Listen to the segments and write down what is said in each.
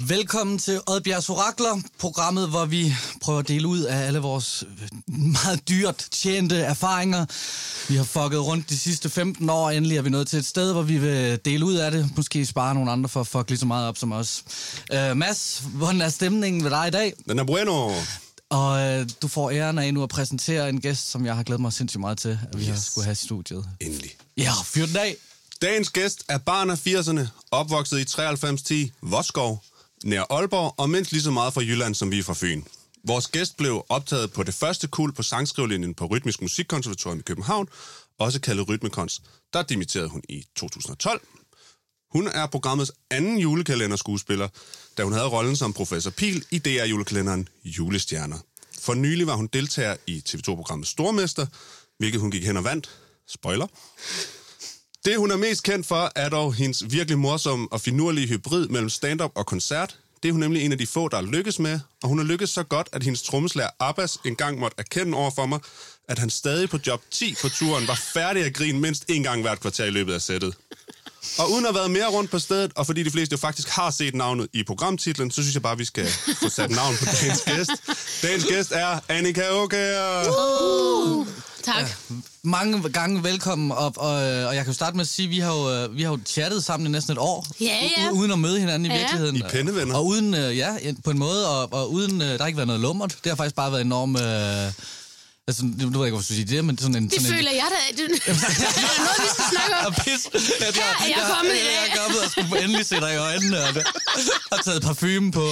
Velkommen til Oddbjergs Orakler, programmet, hvor vi prøver at dele ud af alle vores meget dyrt tjente erfaringer. Vi har fucket rundt de sidste 15 år, og endelig er vi nået til et sted, hvor vi vil dele ud af det. Måske spare nogle andre for at fuck lige så meget op som os. Mads, hvordan er stemningen ved dig i dag? Den er bueno. Og du får æren af nu at præsentere en gæst, som jeg har glædet mig sindssygt meget til, at vi har skulle have i studiet. Endelig. Ja, fyr den af. Dagens gæst er barn af 80'erne, opvokset i 9310 Vodskov, nær Aalborg, og mindst lige så meget fra Jylland, som vi er fra Fyn. Vores gæst blev optaget på det første kuld på sangskrivlinjen på Rytmisk Musikkonservatorium i København, også kaldet Rytmekons. Der dimitterede hun i 2012. Hun er programmets anden julekalenderskuespiller, da hun havde rollen som professor Pil i DR-julekalenderen Julestjerner. For nylig var hun deltager i TV2-programmet Stormester, hvilket hun gik hen og vandt. Spoiler. Det, hun er mest kendt for, er dog hendes virkelig morsomme og finurlige hybrid mellem stand-up og koncert. Det er hun nemlig en af de få, der er lykkes med, og hun har lykkes så godt, at hendes trommeslager Abbas engang måtte erkende over for mig, at han stadig på job 10 på turen var færdig at grine mindst en gang hvert kvarter i løbet af sættet. Og uden at have været mere rundt på stedet, og fordi de fleste jo faktisk har set navnet i programtitlen, så synes jeg bare, at vi skal få sat navn på dagens gæst. Dagens gæst er Annika Aukjær. Tak. Ja, mange gange velkommen, og jeg kan jo starte med at sige, at vi har jo chattet sammen i næsten et år, uden at møde hinanden i virkeligheden. I pennevenner. Og uden, på en måde, og uden, der har ikke været noget lummert. Det har faktisk bare været enormt... Altså, nu ved jeg ikke, hvorfor du siger det, men sådan en... Det sådan føler jeg da. Det er noget, vi skal snakke om. Jeg er kommet i dag. Jeg er kommet og skulle endelig se dig i øjnene, og har taget parfume på.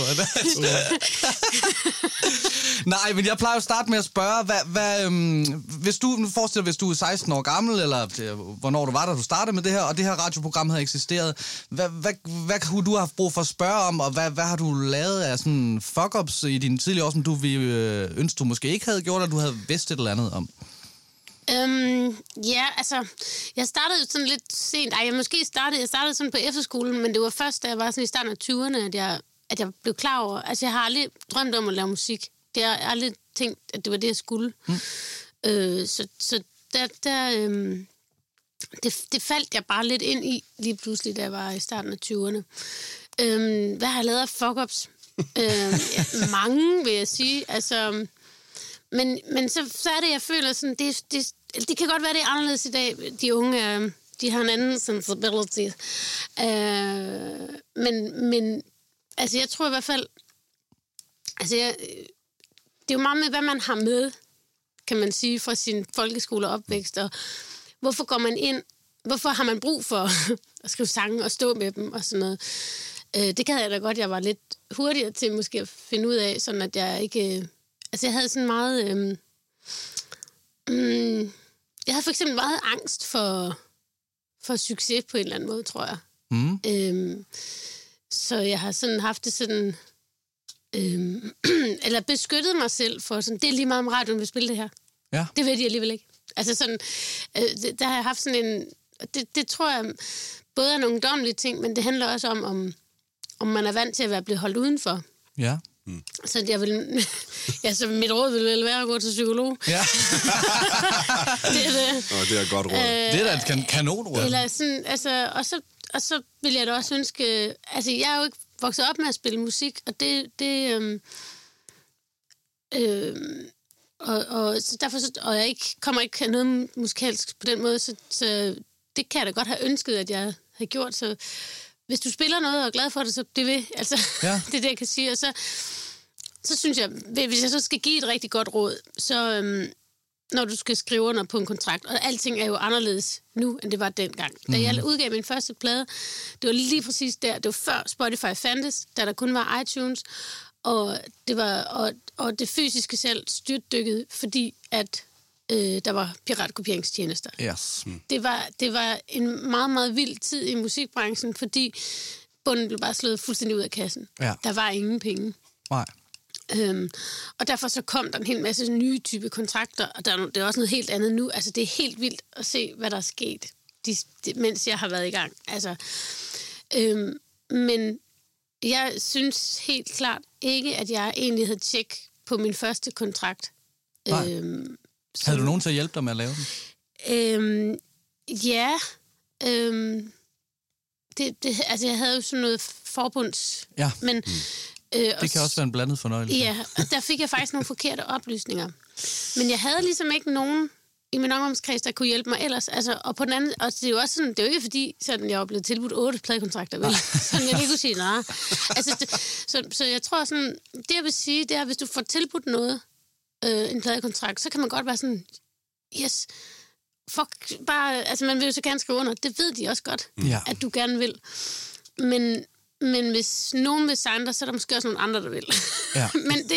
Nej, men jeg plejer jo at starte med at spørge, hvis du forestiller dig, hvis du er 16 år gammel, eller hvornår du var, da du startede med det her, og det her radioprogram havde eksisteret, hvad kunne du have haft brug for at spørge om, og hvad har du lavet af sådan fuck-ups i dine tidligere år, som du ville ønske, du måske ikke havde gjort, og du havde vidst et eller andet om? Ja, altså, jeg startede jo sådan lidt sent. Jeg startede sådan på efterskolen, men det var først, da jeg var sådan i starten af 20'erne, at jeg blev klar over, altså jeg har aldrig drømt om at lave musik. Jeg har aldrig tænkt, at det var det, jeg skulle. Så det faldt jeg bare lidt ind i, lige pludselig, da jeg var i starten af 20'erne. Hvad har jeg lavet af fuck-ups? Mange, vil jeg sige. Altså... Men så er det, jeg føler sådan, det kan godt være, det er anderledes i dag. De unge, de har en anden sensibility. Men altså, jeg tror i hvert fald, altså, det er jo meget med, hvad man har med, kan man sige, fra sin folkeskoleopvækst, og hvorfor går man ind, hvorfor har man brug for at skrive sange og stå med dem og sådan noget. Det kan jeg da godt, jeg var lidt hurtigere til måske at finde ud af, sådan at jeg ikke... Altså, jeg havde sådan meget... jeg havde for eksempel meget angst for succes på en eller anden måde, tror jeg. Så jeg har sådan haft det sådan... eller beskyttet mig selv for sådan... Det er lige meget om radioen vil spille det her. Ja. Det ved de alligevel ikke. Altså sådan... der har jeg haft sådan en... Det tror jeg både er nogle ungdommelige ting, men det handler også om man er vant til at være blevet holdt udenfor. Ja. Så jeg vil... så mit råd ville vel være at gå til psykolog. Ja. Det er det. Det er et godt råd. Det er da et kanonråd. Eller sådan, altså, og så vil jeg da også ønske... Altså, jeg er jo ikke vokset op med at spille musik, og så derfor og jeg kommer ikke noget musikalsk på den måde, så det kan jeg da godt have ønsket, at jeg havde gjort, så... Hvis du spiller noget og er glad for det, så det vil. Altså, ja. Det er det, jeg kan sige. Og så synes jeg, hvis jeg så skal give et rigtig godt råd, så når du skal skrive under på en kontrakt, og alting er jo anderledes nu, end det var dengang. Da jeg udgav min første plade, det var lige præcis der, det var før Spotify fandtes, da der kun var iTunes, og det fysiske selv styrtdykkede, fordi at der var piratkopieringstjenester. Yes. Det var en meget, meget vild tid i musikbranchen, fordi bunden blev bare slået fuldstændig ud af kassen. Ja. Der var ingen penge. Nej. Og derfor så kom der en hel masse nye type kontrakter, og det er også noget helt andet nu. Altså, det er helt vildt at se, hvad der er sket, mens jeg har været i gang. Altså, men jeg synes helt klart ikke, at jeg egentlig havde tjek på min første kontrakt. Havde du nogen til at hjælpe dig med at lave den? Ja. Altså, jeg havde jo sådan noget forbunds... Ja. Men, det kan også være en blandet fornøjelse. Ja, og der fik jeg faktisk nogle forkerte oplysninger. Men jeg havde ligesom ikke nogen i min omgangskreds, der kunne hjælpe mig ellers. Altså, og på den anden... Og det er jo også sådan... Det er jo ikke fordi, sådan, jeg var blevet tilbudt 8 pladekontrakter, vel? Sådan, jeg lige kunne sige, nej. Altså, så jeg tror sådan... Det, jeg vil sige, det er, hvis du får tilbudt noget, en pladekontrakt, så kan man godt være sådan... Yes... Fuck, bare... Altså, man vil jo så gerne skrive under. Det ved de også godt, at du gerne vil. Men hvis nogen vil signe dig, så er der måske også nogle andre, der vil. Ja.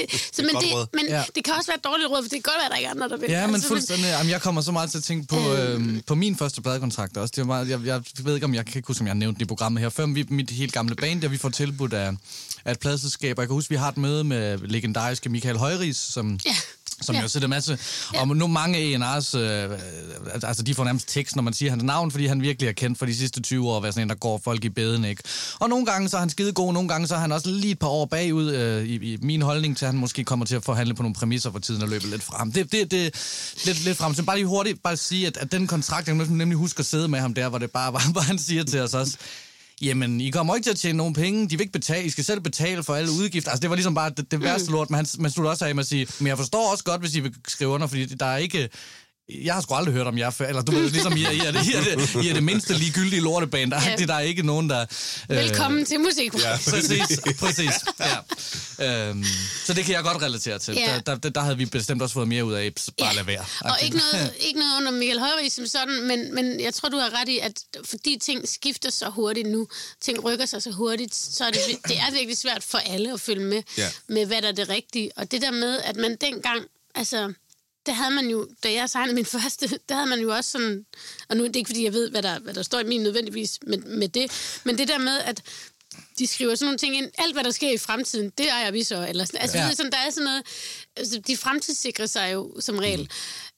Det kan også være et dårligt råd, for det kan godt være, at der ikke er andre, der vil. Ja, men fuldstændig. Jamen, jeg kommer så meget til at tænke på min første pladekontrakt også. Det var meget, jeg ved ikke, om jeg kan ikke huske, om jeg nævnte det i programmet her. Før mit helt gamle band, der vi får tilbudt af et pladeselskab. Jeg kan huske, vi har et møde med legendariske Michael Højris, som jo sidder en masse, og nu mange A&R's, altså de får nærmest tekst, når man siger hans navn, fordi han virkelig er kendt for de sidste 20 år, at være sådan en, der går folk i beden, ikke? Og nogle gange så er han skidegod, nogle gange så er han også lige et par år bagud i min holdning til, at han måske kommer til at forhandle på nogle præmisser for tiden og løbe lidt frem. Det lidt frem. Så bare lige hurtigt sige, at den kontrakt, jeg nemlig husker at sidde med ham der, hvor det bare var, hvor han siger til os også, jamen, I kommer ikke til at tjene nogen penge, de vil ikke betale, I skal selv betale for alle udgifter. Altså, det var ligesom bare det værste lort, men man slutter også af med at sige, men jeg forstår også godt, hvis I vil skrive under, fordi der er ikke... Jeg har sgu aldrig hørt om jer før, eller du ved, ligesom I er det mindste ligegyldige lorteband. Der er ikke nogen, der... Velkommen til musik. Ja, præcis. Ja. Så det kan jeg godt relatere til. Ja. Der havde vi bestemt også fået mere ud af, bare lade være. Og ikke noget under Michael Højris som sådan, men jeg tror, du har ret i, at fordi ting skifter så hurtigt nu, ting rykker sig så hurtigt, så er det er virkelig svært for alle at følge med, hvad der er det rigtige. Og det der med, at man dengang, altså... Det havde man jo, da jeg signede min første, der havde man jo også sådan, og nu er det ikke, fordi jeg ved, hvad der står i min nødvendigvis med det, men det der med, at de skriver sådan nogle ting ind, alt hvad der sker i fremtiden, det ejer vi så, eller sådan, altså sådan, der er sådan noget, altså, de fremtidssikrer sig jo som regel.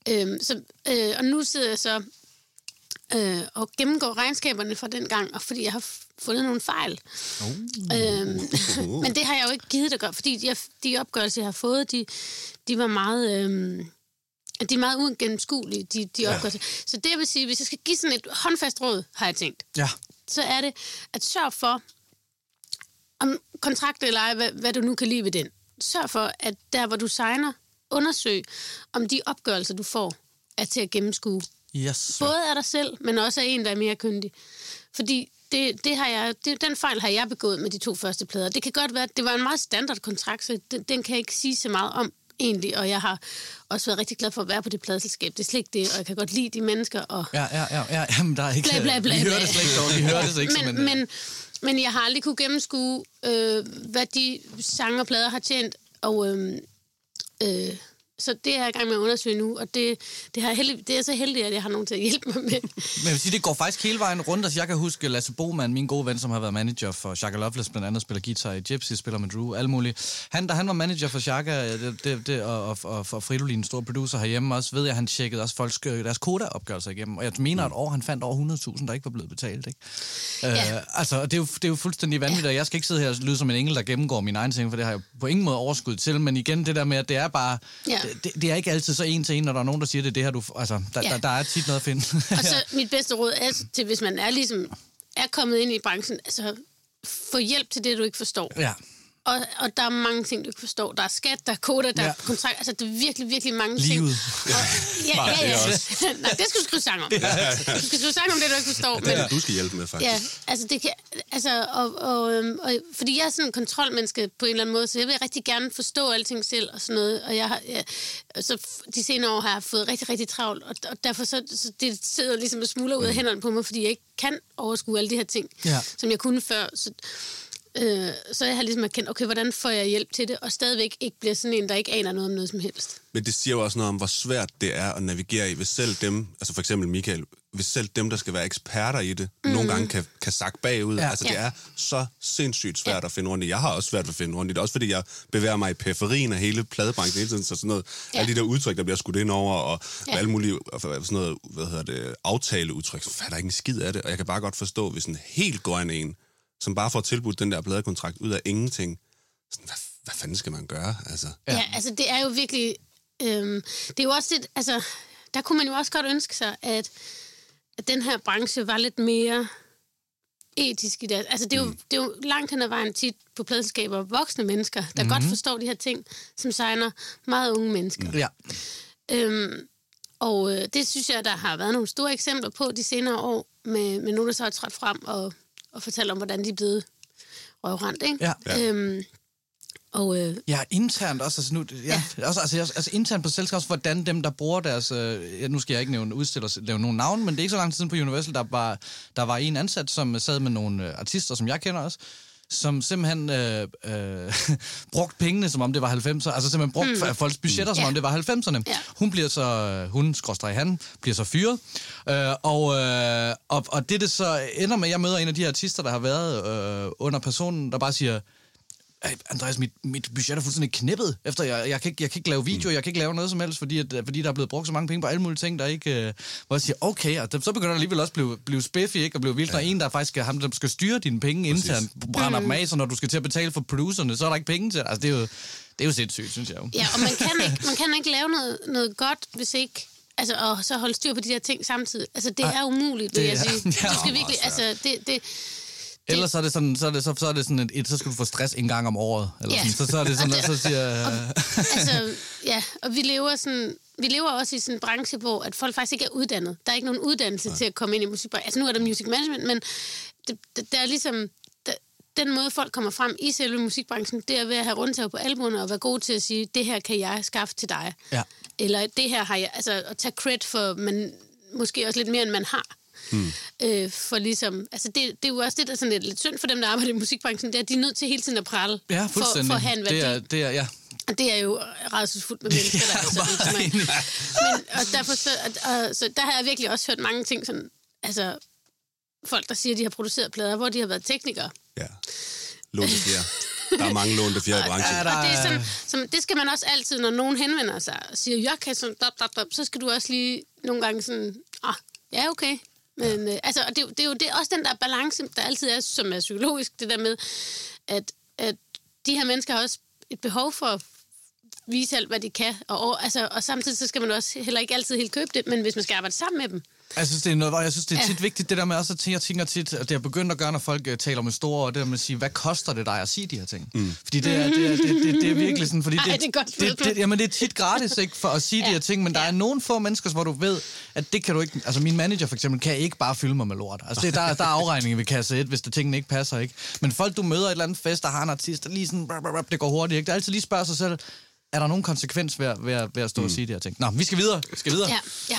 Og nu sidder jeg så og gennemgår regnskaberne fra den gang, og fordi jeg har fundet nogle fejl. Men det har jeg jo ikke givet at gøre, fordi de opgørelser, jeg har fået, de var meget... de er meget ugennemskuelige, de opgørelser. Så det, jeg vil sige, hvis jeg skal give sådan et håndfast råd, har jeg tænkt, så er det at sørge for, om kontrakt eller ej, hvad du nu kan lide ved den. Sørg for, at der, hvor du signer, undersøg, om de opgørelser, du får, er til at gennemskue. Yes. Både af dig selv, men også af en, der er mere kyndig. Fordi den fejl har jeg begået med de 2 første plader. Det kan godt være, at det var en meget standard kontrakt, så den kan jeg ikke sige så meget om egentlig, og jeg har også været rigtig glad for at være på det pladeselskab. Det er slet ikke det, og jeg kan godt lide de mennesker. Og Jamen, der er ikke... Bla. Vi hører det slet ikke dog. Vi hører det ikke men jeg har aldrig kunne gennemskue, hvad de sanger og plader har tjent, og så det er jeg i gang med at undersøge nu, og det er så heldigt, at jeg har nogen til at hjælpe mig med. Men jeg vil sige, det går faktisk hele vejen rundt. Altså, jeg kan huske Lasse Boman, min gode ven, som har været manager for Shaka Loveless, blandt andet spiller guitar i Gypsy, spiller med Drew, alle mulige. Da han var manager for Shaka og for Fridolin, stor producer herhjemme, også ved jeg, at han tjekkede også folks deres koda-opgørelser igennem. Og jeg mener, at år han fandt over 100.000, der ikke var blevet betalt, ikke? Altså, det er jo fuldstændig vanvittigt, og jeg skal ikke sidde her og lyde som en engel, der gennemgår mine egne ting, for det har jeg på ingen måde overskud til, men igen, det der med, at det er bare... Det er ikke altid så en til en, når der er nogen, der siger, det her, du... Altså, der er tit noget at finde. Og så mit bedste råd er til, hvis man er kommet ind i branchen, altså få hjælp til det, du ikke forstår. Ja. Og der er mange ting, du ikke forstår. Der er skat, der er koda, der er kontrakt. Altså, det er virkelig, virkelig mange ting. Livet. Ja. Nej, det skal du skrive sang om. Du skal skrive sang om det, du ikke forstår. Det er det, du skal hjælpe med, faktisk. Ja, altså, det kan... Altså, fordi jeg er sådan en kontrolmenneske på en eller anden måde, så jeg vil rigtig gerne forstå alting selv og sådan noget. Og jeg har... så de senere år har jeg fået rigtig, rigtig travlt, og derfor så det sidder ligesom og smuldrer ud af hænderne på mig, fordi jeg ikke kan overskue alle de her ting, som jeg kunne før. Så jeg har ligesom erkendt, okay, hvordan får jeg hjælp til det, og stadigvæk ikke bliver sådan en, der ikke aner noget om noget som helst. Men det siger jo også noget om, hvor svært det er at navigere i, hvis selv dem, altså for eksempel Michael, hvis selv dem, der skal være eksperter i det, nogle gange kan sakke bagud. Ja. Altså det er så sindssygt svært at finde rundt i. Jeg har også svært ved at finde rundt i det, også fordi jeg bevæger mig i periferien af hele pladebranchen hele tiden, så sådan noget, alle de der udtryk, der bliver skudt ind over, og alle mulige, sådan noget, aftaleudtryk, så fatter ikke en skid af det, og jeg kan bare godt forstå, hvis en helt grøn en, som bare får tilbudt den der pladekontrakt ud af ingenting. Sådan, hvad fanden skal man gøre? Altså. Ja, altså det er jo virkelig... det er jo også lidt... Altså, der kunne man jo også godt ønske sig, at den her branche var lidt mere etisk i det. Altså, det er jo langt hen ad vejen tit på pladeselskaber voksne mennesker, der godt forstår de her ting, som signer meget unge mennesker. Ja. Og det synes jeg, der har været nogle store eksempler på de senere år, med nogen, der så har trådt frem og fortalt om, hvordan de er blevet røvrendt, ikke? Ja. Ja, internt også. Altså, altså internt på selskabet, hvordan dem, der bruger deres... nu skal jeg ikke nævne nogen navn, men det er ikke så lang tid siden på Universal, der var en ansat, som sad med nogle artister, som jeg kender også, som simpelthen brugte pengene, som om det var 90'erne. Altså simpelthen brugte folks budgetter, som om det var 90'erne. Ja. Han bliver så fyret. Og det så ender med, jeg møder en af de artister, der har været under personen, der bare siger... Andreas, mit budget er fuldstændig knippet, efter jeg kan ikke lave video, jeg kan ikke lave noget som helst, fordi der er blevet brugt så mange penge på alle mulige ting, der ikke... hvor jeg siger, okay, og så begynder der alligevel også blive spiffy, ikke? Og blive vildt, når en, der faktisk er ham, der skal styre dine penge internt, brænder dem af, så når du skal til at betale for producerne, så er der ikke penge til. Altså, det er jo sindssygt, synes jeg jo. Ja, og man kan ikke lave noget godt, hvis ikke... Altså, og så holde styr på de her ting samtidig. Altså, det er umuligt, vil jeg sige. Du skal virkelig... Altså, det ellers så er det sådan, så skal du få stress en gang om året, eller sådan. Så er det sådan, så siger... og vi lever også i sådan en branche, hvor at folk faktisk ikke er uddannet. Der er ikke nogen uddannelse til at komme ind i musikbranchen. Altså nu er der music management, men der er ligesom... Den måde, folk kommer frem i selve musikbranchen, det er ved at have rundtaget på albuerne og være god til at sige, det her kan jeg skaffe til dig. Ja. Eller det her har jeg... Altså at tage credit for, men måske også lidt mere, end man har. For ligesom, altså det er jo også det, der er sådan lidt synd for dem, der arbejder i musikbranchen, det er, at de er nødt til hele tiden at prale for at have en værdi. Det er jo rædselsfuldt med mennesker, der er sådan. Men, og derfor så der har jeg virkelig også hørt mange ting, sådan, altså folk, der siger, at de har produceret plader, hvor de har været teknikere. Ja, lånte fjer. Der er mange lånte fjer i branchen. Og det er sådan, det skal man også altid, når nogen henvender sig og siger, jeg kan sådan, så skal du også lige nogle gange sådan, ja, okay. Men altså, og det er jo også den der balance, der altid er, som er psykologisk, det der med, at de her mennesker har også et behov for at vise alt, hvad de kan. Og samtidig så skal man også heller ikke altid helt købe det, men hvis man skal arbejde sammen med dem. Jeg synes, det er noget, jeg synes, det er tit vigtigt, det der med også, at jeg tænker tit, at det er begyndt at gøre, når folk taler med store, og det der med at sige, hvad koster det dig at sige de her ting? Fordi det er virkelig sådan, fordi det er tit gratis, ikke, for at sige de her ting, men der er nogle få mennesker, hvor du ved, at det kan du ikke, altså min manager for eksempel, kan ikke bare fylde mig med lort. Altså der er afregning ved kasse 1, hvis det tingene ikke passer, ikke? Men folk, du møder et eller andet fest, der har en artist, der lige sådan, det går hurtigt, ikke? Der er altid lige spørger sig selv, er der nogen konsekvens ved at stå og sige de her ting? Nå, vi skal videre. Ja.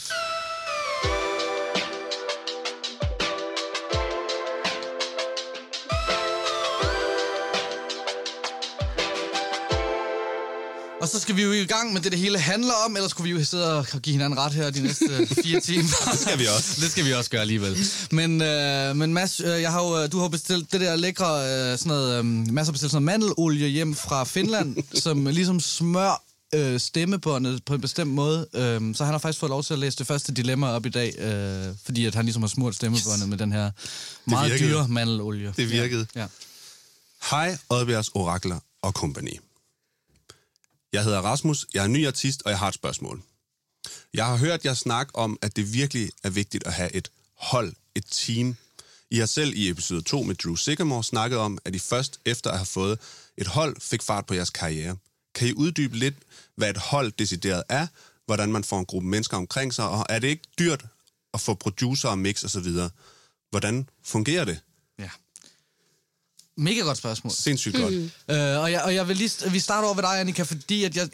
Og så skal vi jo i gang med det hele handler om, ellers skulle vi jo sidde og give hinanden ret her de næste 4 timer. Det skal vi også. Det skal vi også gøre alligevel. Men Mads, du har bestilt det der lækre, Mads har bestilt sådan noget mandelolie hjem fra Finland, som ligesom smør stemmebåndet på en bestemt måde. Så han har faktisk fået lov til at læse det første dilemma op i dag, fordi at han ligesom har smurt stemmebåndet med den her meget dyre mandelolie. Det virkede. Ja. Hej, Oddbjergs Orakler og company. Jeg hedder Rasmus, jeg er ny artist, og jeg har et spørgsmål. Jeg har hørt jer snakke om, at det virkelig er vigtigt at have et hold, et team. I har selv i episode 2 med Drew Sycamore snakket om, at I først efter at have fået et hold fik fart på jeres karriere. Kan I uddybe lidt, hvad et hold decideret er, hvordan man får en gruppe mennesker omkring sig, og er det ikke dyrt at få producer og mix osv.? Hvordan fungerer det? Ja. Mega godt spørgsmål. Sindssygt godt. Og jeg vil lige... Vi starter over ved dig, Annika, fordi at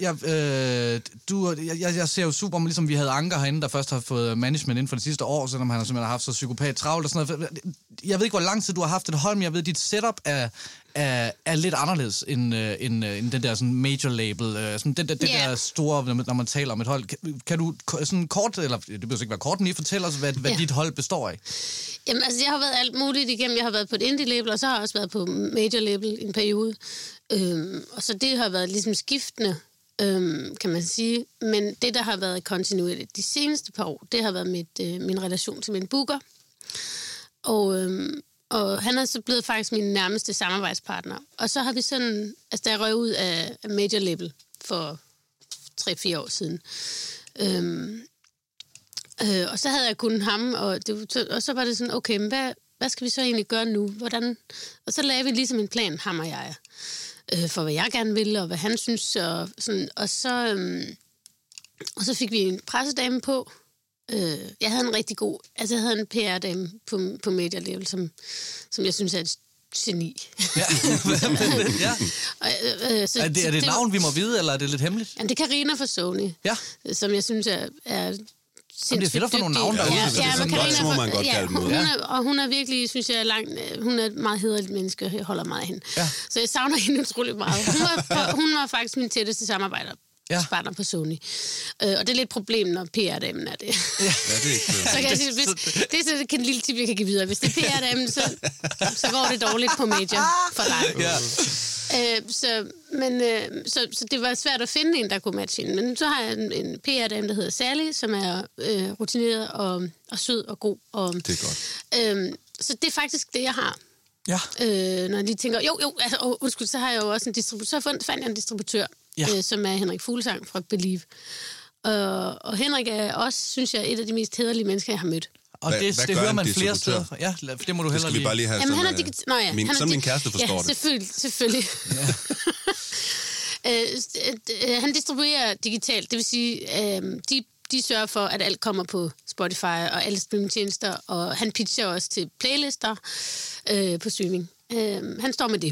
jeg ser jo super, ligesom vi havde Anker herinde, der først har fået management inden for det sidste år, selvom han har simpelthen haft så psykopat travlt og sådan noget. Jeg ved ikke, hvor lang tid du har haft et hold, men jeg ved, at dit setup er lidt anderledes end den der sådan major label. Sådan det der store, når man taler om et hold. Kan du sådan kort, eller det behøver ikke være kort, men lige fortælle os, hvad dit hold består af? Jamen, altså, jeg har været alt muligt igennem. Jeg har været på et indie-label, og så har jeg også været på major-label i en periode. Og så det har været ligesom skiftende, kan man sige. Men det, der har været kontinuerligt de seneste par år, det har været min relation til min booker. Og han er så blevet faktisk min nærmeste samarbejdspartner. Og så har vi sådan... Altså, da jeg røg ud af major-label for 3-4 år siden... og så havde jeg kun ham, og så var det sådan, okay, men hvad skal vi så egentlig gøre nu? Hvordan? Og så lavede vi ligesom en plan, ham og jeg, for hvad jeg gerne ville, og hvad han synes, og sådan, og så fik vi en pressedame på. Jeg havde en rigtig god, altså jeg havde en PR-dame på Media Level, som jeg synes er et geni. Ja. Ja. Er det et navn, vi må vide, eller er det lidt hemmeligt? Jamen, det er Karina fra Sony, som jeg synes er det er fedt at få nogle navne derude. Så må man godt kalde dem ud. Og hun er virkelig, synes jeg, hun er et meget hæderligt menneske. Jeg holder meget af hende. Ja. Så jeg savner hende utroligt meget. Hun var faktisk min tætteste samarbejder. Partner på Sony. Og det er lidt et problem, når PR-damen er det. Ja, det er ikke så kan jeg sige, det er en lille tip, jeg kan give videre. Hvis det er PR-damen, så går det dårligt på Major for dig. Ja. Så det var svært at finde en, der kunne matche hende. Men så har jeg en PR-dame, der hedder Sally, som er rutineret og sød og god. Og, det er godt. Så det er faktisk det, jeg har. Ja. Når jeg lige tænker, altså, undskyld, så har jeg jo også en distributør. Så fandt jeg en distributør, som er Henrik Fuglsang fra Believe. Og Henrik er også, synes jeg, et af de mest hæderlige mennesker, jeg har mødt. Og det hører man flere steder. Ja, det må du heller lige. Vi bare lige have min kæreste forstår det. Selvfølgelig. Ja. Han distribuerer digitalt, det vil sige, de sørger for, at alt kommer på Spotify og alle streamingtjenester, og han pitcher også til playlister på streaming. Han står med det.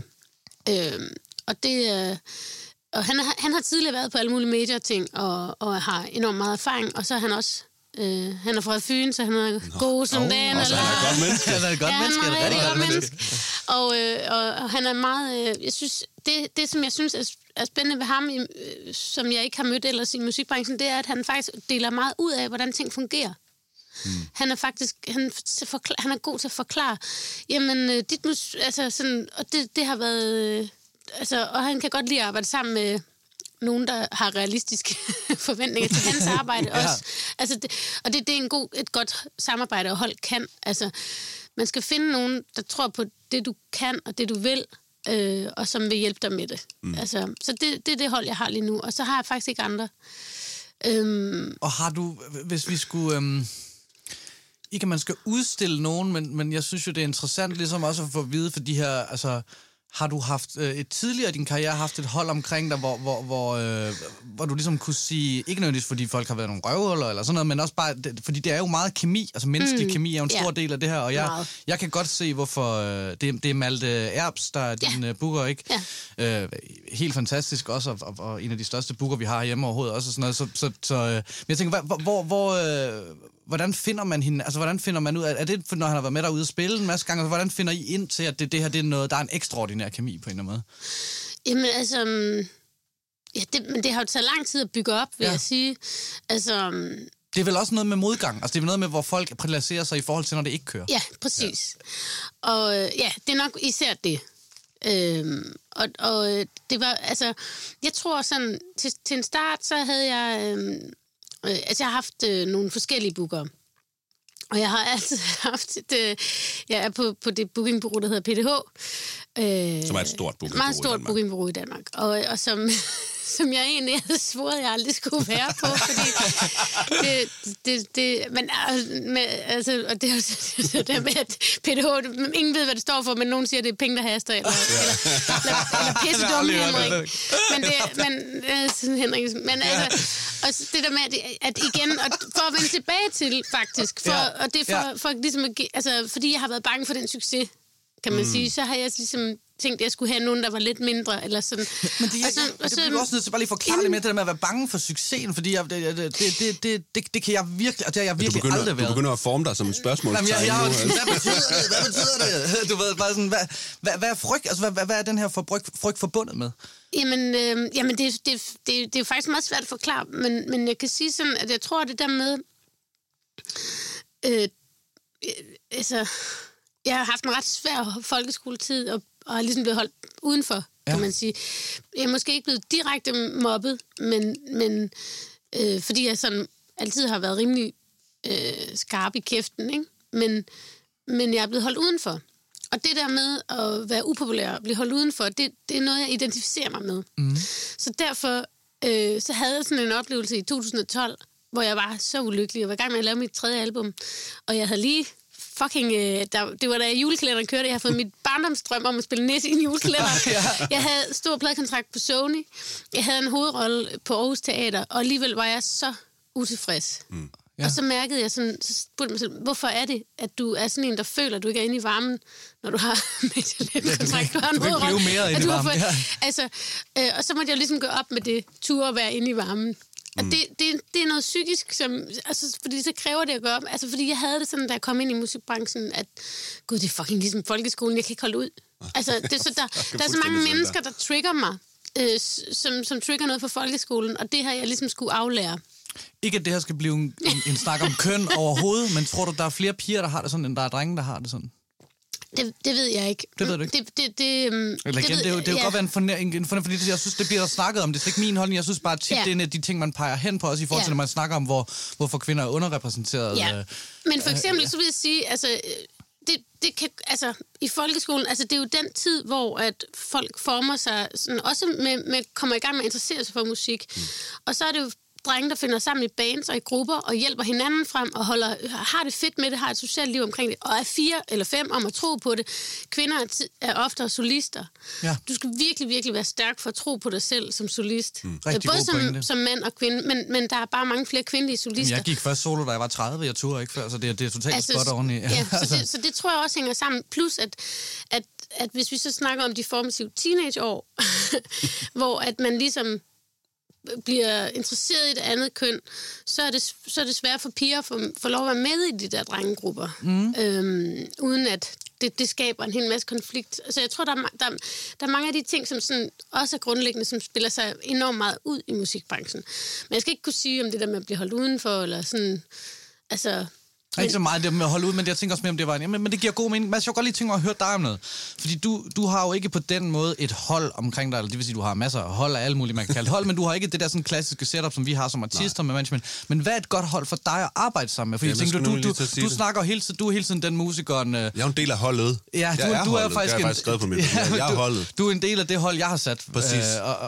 Og han har tidligere været på alle mulige major-ting, og har enormt meget erfaring, og så er han også... han er fra Fyn, så han er god som den. Og så han er godt menneske. Han er et godt menneske. Han er rigtig godt menneske. Og han er meget... jeg synes, det, som jeg synes er spændende ved ham, som jeg ikke har mødt ellers i musikbranchen, det er, at han faktisk deler meget ud af, hvordan ting fungerer. Han er faktisk han er god til at forklare. Jamen, altså sådan, og det har været... og han kan godt lide at arbejde sammen med nogen, der har realistiske forventninger til hans arbejde også. Altså, det er et godt samarbejde, og hold kan. Altså, man skal finde nogen, der tror på det, du kan, og det, du vil, og som vil hjælpe dig med det. Altså, så det er det hold, jeg har lige nu. Og så har jeg faktisk ikke andre. Og har du, hvis vi skulle... ikke at man skal udstille nogen, men jeg synes jo, det er interessant ligesom også at få at vide for de her... Altså, har du haft tidligere i din karriere haft et hold omkring dig, hvor du ligesom kunne sige, ikke nødvendigvis fordi folk har været nogle røvhuller eller sådan noget, men også bare, fordi det er jo meget kemi, altså menneskelig kemi er jo en stor del af det her, og jeg kan godt se, hvorfor det er Malte Erbs, der er din booker, ikke? Ja. Helt fantastisk også, og en af de største booker, vi har hjemme overhovedet også, og sådan noget. Så jeg tænker, hvordan finder man hende? Altså, hvordan finder man ud af... Er det, når han har været med derude og spille en masse gange? Altså, hvordan finder I ind til, at det her det er noget, der er en ekstraordinær kemi på en eller anden måde? Jamen, altså... men det har jo taget lang tid at bygge op, vil jeg sige. Altså... Det er vel også noget med modgang? Altså, det er noget med, hvor folk placerer sig i forhold til, når det ikke kører? Ja, præcis. Ja. Og det er nok især det. Og det var... Altså, jeg tror sådan... Til en start, så havde jeg... jeg har haft nogle forskellige bookere. Og jeg har altid haft jeg er på det bookingbureau, der hedder PDH. Som er et stort bookingbureau meget stort bookingbureau i Danmark. Og som jeg egentlig havde svoret, jeg aldrig skulle være på, fordi og det er jo det med, at PDH, ingen ved, hvad det står for, men nogen siger, at det er penge, der haster, eller pisse dumme Henrik. Men Henrik, men altså, og det der med, at igen, og for at vende tilbage til, faktisk, og det er for ligesom, altså, fordi jeg har været bange for den succes, kan man sige, så har jeg ligesom tænkt, at jeg skulle have nogen, der var lidt mindre, eller sådan. Men det bliver også nødt til bare lige forklare lidt mere, det der med at være bange for succesen, fordi det kan jeg virkelig, og det har jeg virkelig aldrig været. Du begynder at forme dig som et spørgsmålstegn nu. Hvad betyder det? Du ved, bare sådan, hvad er frygt? Altså, hvad er den her frygt forbundet med? Jamen, det er jo faktisk meget svært at forklare, men jeg kan sige sådan, at jeg tror, det der med, altså, jeg har haft en ret svær folkeskoletid, og har ligesom blevet holdt udenfor, kan man sige. Jeg er måske ikke blevet direkte mobbet, men fordi jeg sådan altid har været rimelig skarp i kæften, ikke? Men jeg er blevet holdt udenfor. Og det der med at være upopulær og blive holdt udenfor, det er noget, jeg identificerer mig med. Så derfor så havde jeg sådan en oplevelse i 2012, hvor jeg var så ulykkelig. Jeg var i gang med at lave mit 3. album, og jeg havde lige fucking... det var da julekalenderen kørte. Jeg har fået mit barndomsdrøm om at spille nisse i en julekalender. Jeg havde stor pladekontrakt på Sony. Jeg havde en hovedrolle på Aarhus Teater, og alligevel var jeg så utilfreds. Ja. Og så mærkede jeg sådan, så spurgte mig selv, hvorfor er det, at du er sådan en, der føler, at du ikke er inde i varmen, når du har kontrakt, du har en hovedrolle. Du vil mere inde i varmen, ja. Altså, og så måtte jeg ligesom gå op med det, ture at være inde i varmen. Og det er noget psykisk, som, altså, fordi så kræver det at gå op. Altså, fordi jeg havde det sådan, da jeg kom ind i musikbranchen, at gud, det er fucking ligesom folkeskolen, jeg kan ikke holde ud. Altså, der er så mange mennesker, der trigger mig, som trigger noget fra folkeskolen, og det har jeg ligesom skulle aflære. Ikke, at det her skal blive en snak om køn overhovedet, men tror du, der er flere piger, der har det sådan, end der er drenge, der har det sådan? Det ved jeg ikke. Det ved du ikke? Det er jo godt være en fornemmelse, fordi jeg synes, det bliver der snakket om. Det er ikke min holdning. Jeg synes bare, at det er en af de ting, man peger hen på, også i forhold til, når man snakker om, hvorfor kvinder er underrepræsenteret. Ja. Men for eksempel, så vil jeg sige, altså... Det kan, altså, i folkeskolen, altså, det er jo den tid, hvor at folk former sig, sådan, også med kommer i gang med at interessere sig for musik. Og så er det jo drenge, der finder sammen i bands og i grupper og hjælper hinanden frem og har det fedt med det, har et socialt liv omkring det, og er 4 eller 5 om at tro på det. Kvinder er ofte solister. Ja. Du skal virkelig, virkelig være stærk for at tro på dig selv som solist. Både som mand og kvinde, men der er bare mange flere kvindelige solister. Jeg gik først solo, da jeg var 30, jeg turde ikke før, så det er totalt spot oveni. Ja, så det tror jeg også hænger sammen. Plus, at hvis vi så snakker om de formative teenageår, hvor at man ligesom bliver interesseret i et andet køn, så er det svært for piger at få lov at være med i de der drengegrupper, uden at det skaber en hel masse konflikt. Altså jeg tror, der er mange af de ting, som sådan også er grundlæggende, som spiller sig enormt meget ud i musikbranchen. Men jeg skal ikke kunne sige, om det der med at blive holdt udenfor, eller sådan, altså... Ikke så meget det med at holde ud, men jeg tænker også mere, om det var men det giver god mening. Mads, jeg godt lige tænke mig at høre dig om noget. Fordi du har jo ikke på den måde et hold omkring dig, eller det vil sige, du har masser af hold af alle mulige, man kan kalde det hold, men du har ikke det der sådan klassiske setup, som vi har som artister med management. Men hvad er et godt hold for dig at arbejde sammen med? Fordi jeg tænker, du snakker hele tiden den musikeren... Jeg er en del af holdet. Ja, du er faktisk... Jeg har faktisk skrevet på mit jeg er holdet. Du er en del af det hold, jeg har sat. Præcis.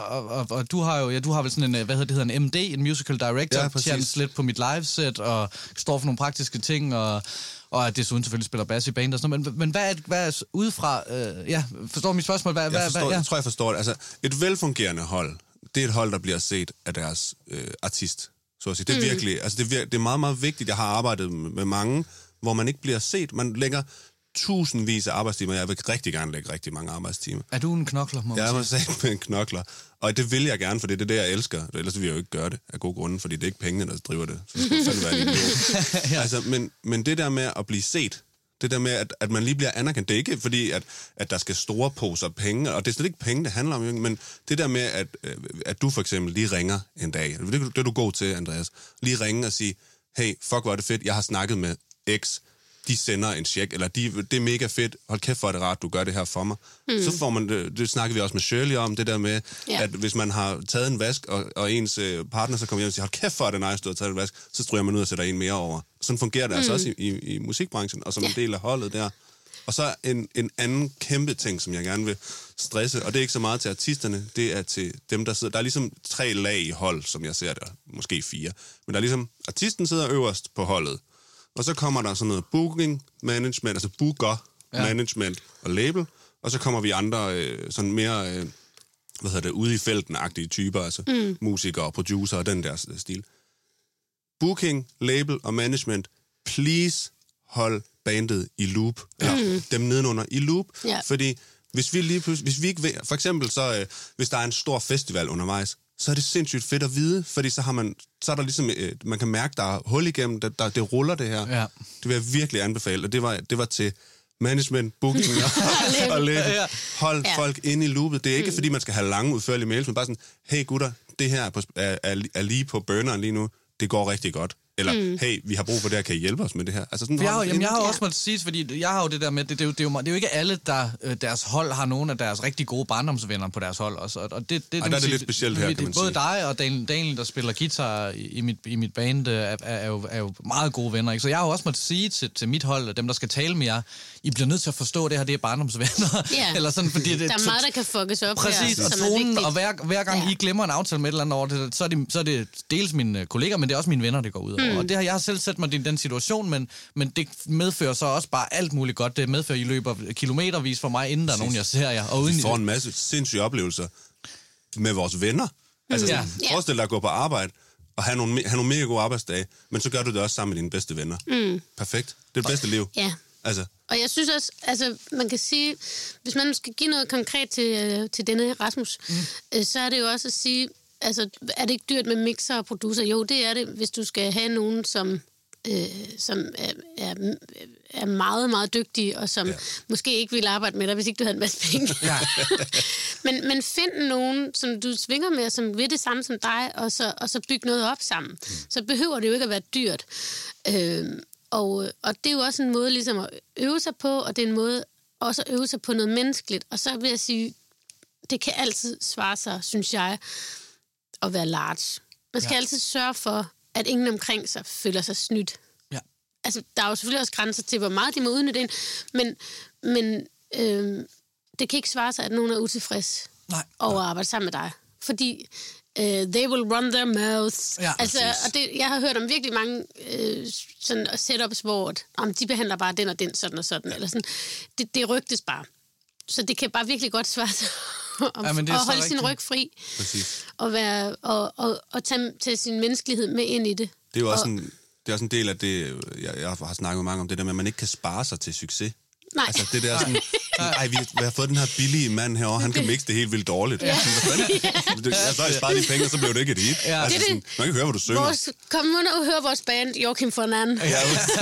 Og du har vel sådan en, hvad hedder det, en MD, en musical director, tjent lidt på mit liveset, og står for nogle praktiske ting, og at desuden selvfølgelig spiller bass i band og sådan noget. Men hvad er udefra... forstår mit spørgsmål? Jeg tror, jeg forstår det. Altså, et velfungerende hold, det er et hold, der bliver set af deres artist. Så at sige. Det er virkelig... Altså, det er meget, meget vigtigt. Jeg har arbejdet med mange, hvor man ikke bliver set. Man lægger tusindvis af arbejdstimer. Jeg vil rigtig gerne lægge rigtig mange arbejdstimer. Er du en knokler, må man sige? Jeg er sagt med en knokler. Og det vil jeg gerne, for det er det, jeg elsker. Ellers vil jeg jo ikke gøre det af gode grunde, fordi det er ikke pengene, der driver det. Så det skal fandme være en idiot. Ja. Altså, men det der med at blive set, det der med, at man lige bliver anerkendt, det er ikke fordi, at der skal store poser penge, og det er slet ikke penge, det handler om, men det der med, at du for eksempel lige ringer en dag, det er du god til, Andreas, lige ringe og sige, hey, fuck, hvor er det fedt, jeg har snakket med X, de sender en check, eller det er mega fedt, hold kæft, hvor er det rart, du gør det her for mig. Så får man det snakker vi også med Shirley om, det der med, at hvis man har taget en vask, og ens partner så kommer hjem og siger, hold kæft, hvor er det nice, du har taget en vask, så stryger man ud og sætter en mere over. Sådan fungerer det altså også i musikbranchen, og som en del af holdet der. Og så en anden kæmpe ting, som jeg gerne vil stresse, og det er ikke så meget til artisterne, det er til dem, der sidder. Der er ligesom 3 lag i hold, som jeg ser der, måske 4. Men der er ligesom, artisten sidder øverst på holdet, og så kommer der sådan noget booking, management, altså booker, management og label, og så kommer vi andre sådan mere, ude i felten-agtige typer, altså musikere, producer og den der stil. Booking, label og management, please hold bandet i loop, eller dem nedenunder i loop, fordi hvis vi ikke vil, for eksempel så, hvis der er en stor festival undervejs, så er det sindssygt fedt at vide, fordi så er der ligesom, man kan mærke, der er hul igennem, det ruller det her. Ja. Det vil jeg virkelig anbefale, og det var til management, booking og label. Hold folk inde i loopet. Det er ikke, fordi man skal have lange, udførlige mails, men bare sådan, hey gutter, det her er lige på burneren lige nu, det går rigtig godt. Eller, hey, vi har brug for det her, kan I hjælpe os med det her? Altså sådan, jeg har også måttet sige, fordi jeg har jo det der med, det er jo ikke alle, der deres hold har nogen af deres rigtig gode barndomsvenner på deres hold også. Og det der er det lidt specielt her, kan man sige. Både dig og Daniel, der spiller guitar i mit band, er jo meget gode venner. Ikke? Så jeg har jo også måttet sige til mit hold, dem der skal tale med jer, I bliver nødt til at forstå, at det her det er barndomsvenner. Yeah. Eller sådan, fordi der er meget, der kan fuckes op. Præcis, her, og tonen, og hver gang I glemmer en aftale med et eller andet over det, så er det dels mine kolleger, men det er også mine venner, det går ud over. og det har jeg selv sat mig i den situation, men det medfører så også bare alt muligt godt. Det medfører, at I løber kilometervis for mig, inden der er nogen, jeg ser jer. Og uden vi får en masse sindssyge oplevelser med vores venner. Altså, forestil dig at gå på arbejde og have nogle mega gode arbejdsdage, men så gør du det også sammen med dine bedste venner. Perfekt. Det er det bedste liv. Ja. Altså. Og jeg synes også, altså man kan sige, hvis man skal give noget konkret til denne Rasmus, så er det jo også at sige, altså er det ikke dyrt med mixer og producer? Jo, det er det, hvis du skal have nogen, som er meget, meget dygtige, og som måske ikke ville arbejde med dig, hvis ikke du havde en masse penge. Ja. men find nogen, som du svinger med, som vil det samme som dig, og så bygge noget op sammen. Så behøver det jo ikke at være dyrt. Og det er jo også en måde ligesom at øve sig på, og det er en måde også at øve sig på noget menneskeligt. Og så vil jeg sige, det kan altid svare sig, synes jeg, at være large. Man skal altid sørge for, at ingen omkring sig føler sig snydt. Ja. Altså, der er jo selvfølgelig også grænser til, hvor meget de må udnytte det, men det kan ikke svare sig, at nogen er utilfreds over at arbejde sammen med dig. Fordi they will run their mouths. Ja, altså, og jeg har hørt om virkelig mange sådan setups, hvor de behandler bare den og den, sådan og sådan. Eller sådan. Det rygtes bare. Så det kan bare virkelig godt svare sig at holde sin ryg fri. Præcis. Og tage sin menneskelighed med ind i det. Det er jo også en del af det, jeg har snakket mange om, det der med, at man ikke kan spare sig til succes. Nej. Altså det der sådan, vi har fået den her billige mand herovre, han kan mixe det helt vildt dårligt. Ja. Så har jeg sparet de penge, og så blev det ikke et hit. Ja. Altså, sådan, man kan høre, hvad du synger. Kom nu og hør vores band, Joachim von Anden. Ja.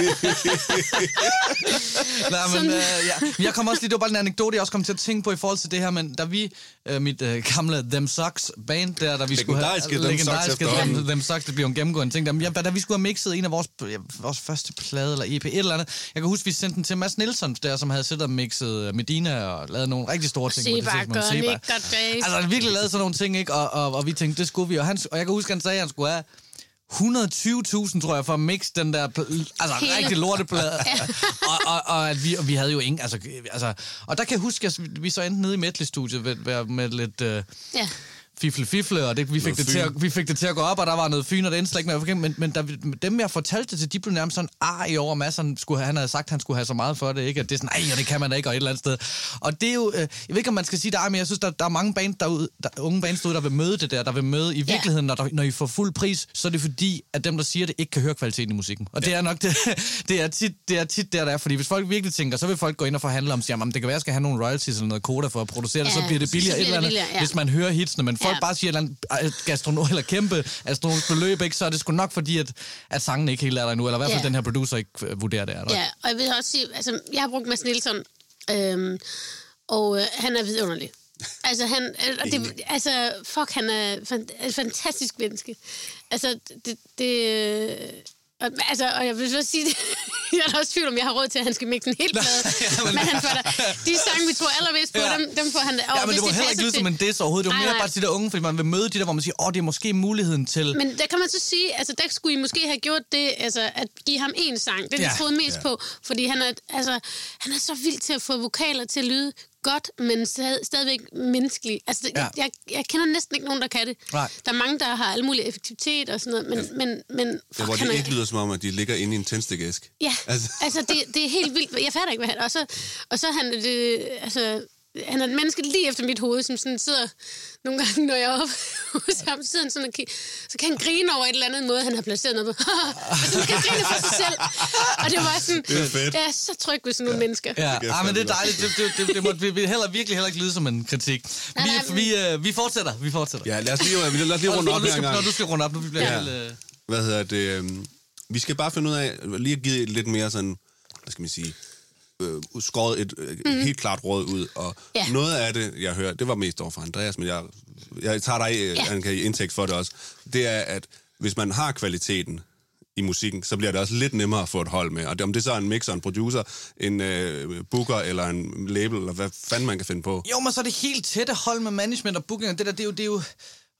Nej, men jeg kom også lige, det var bare en anekdote, jeg også kom til at tænke på i forhold til det her, men da vi, mit gamle Them Sucks band, da vi skulle have legendariske Them Sucks, det blev en gennemgående ting, da vi skulle have mixet en af vores første plade, eller EP, et eller andet, jeg kan huske, vi sendte den til Mads Nielsen, der som havde siddet og mixet Medina og lavet nogle rigtig store ting. Seba. Altså, han virkelig lavet sådan nogle ting, ikke? Og vi tænkte, det skulle vi. Og jeg kan huske, han sagde, at han skulle have 120.000, tror jeg, for at mixe den der rigtig lorteplade. og at vi havde jo ingen... Altså, og der kan jeg huske, at vi så endte nede i Medley-studiet med lidt... fifle, og det, vi fik det til at gå op, og der var noget fyn, og det endte slet ikke med. Men dem, jeg fortalte det til, de blev nærmest sådan i over masser. Han havde sagt, at han skulle have så meget for det, ikke? At det er sådan, det kan man da ikke, og et eller andet sted. Og det er jo, jeg ved ikke, om man skal sige men jeg synes, der er mange unge bands derude, der vil møde det der vil møde i virkeligheden, når I får fuld pris, så er det fordi, at dem, der siger det, ikke kan høre kvaliteten i musikken. Og det er nok det er tit der er, fordi hvis folk virkelig tænker, så vil folk gå ind og forhandle om, siger, det kan være, jeg skal have nogle royalties eller noget koda for at producere det, så bliver det billigere et eller andet, hvis man hører hitsene, men folk bare siger eller kæmpe astronomisk beløb, ikke, så er det sgu nok fordi, at sangen ikke helt er der endnu, eller i hvert fald den her producer ikke vurderer det. Ja, og jeg vil også sige, altså, jeg har brugt Mads Nielsen, og han er vidunderlig. Altså, han er et fantastisk menneske. Altså, og jeg vil så sige, jeg er også tvivl om, jeg har råd til, at han skal mixe en hel plade. Men han får de sange, vi tror allermest på, dem får han... men det var heller ikke lyde som en diss overhovedet. Det var mere bare til de der unge, fordi man vil møde de der, hvor man siger, det er måske muligheden til... Men der kan man så sige, altså der skulle I måske have gjort det, altså at give ham en sang. Det troede mest på, fordi han er så vild til at få vokaler til at lyde godt, men stadigvæk menneskelig. Altså, jeg kender næsten ikke nogen, der kan det. Nej. Der er mange, der har alle mulige effektivitet og sådan noget, men det, hvor det ikke lyder som om, at de ligger inde i en tændstikæsk. Ja, altså det er helt vildt. Jeg fatter ikke, hvad han... Og så han det, altså... Han er et menneske lige efter mit hoved, som sådan sidder nogle gange, når jeg er oppe hos ham, sidder han sådan så kan han grine over et eller andet måde, han har placeret noget på. Altså, man kan grine for sig selv. Og det var sådan, jeg er så tryg ved sådan nogle mennesker. Ja, men det er dejligt. Det må virkelig heller ikke lyde som en kritik. Vi fortsætter. Ja, lad os lige runde op her engang. Når du skal runde op, nu bliver helt... Hvad hedder det? Vi skal bare finde ud af, lige at give lidt mere sådan, hvad skal man sige, skåret et helt klart råd ud, og noget af det, jeg hører, det var mest over for Andreas, men jeg tager dig i indtægt for det også, det er, at hvis man har kvaliteten i musikken, så bliver det også lidt nemmere at få et hold med, og om det så er en mixer, en producer, en booker eller en label, eller hvad fanden man kan finde på. Jo, men så er det helt tætte hold med management og booking, og det er jo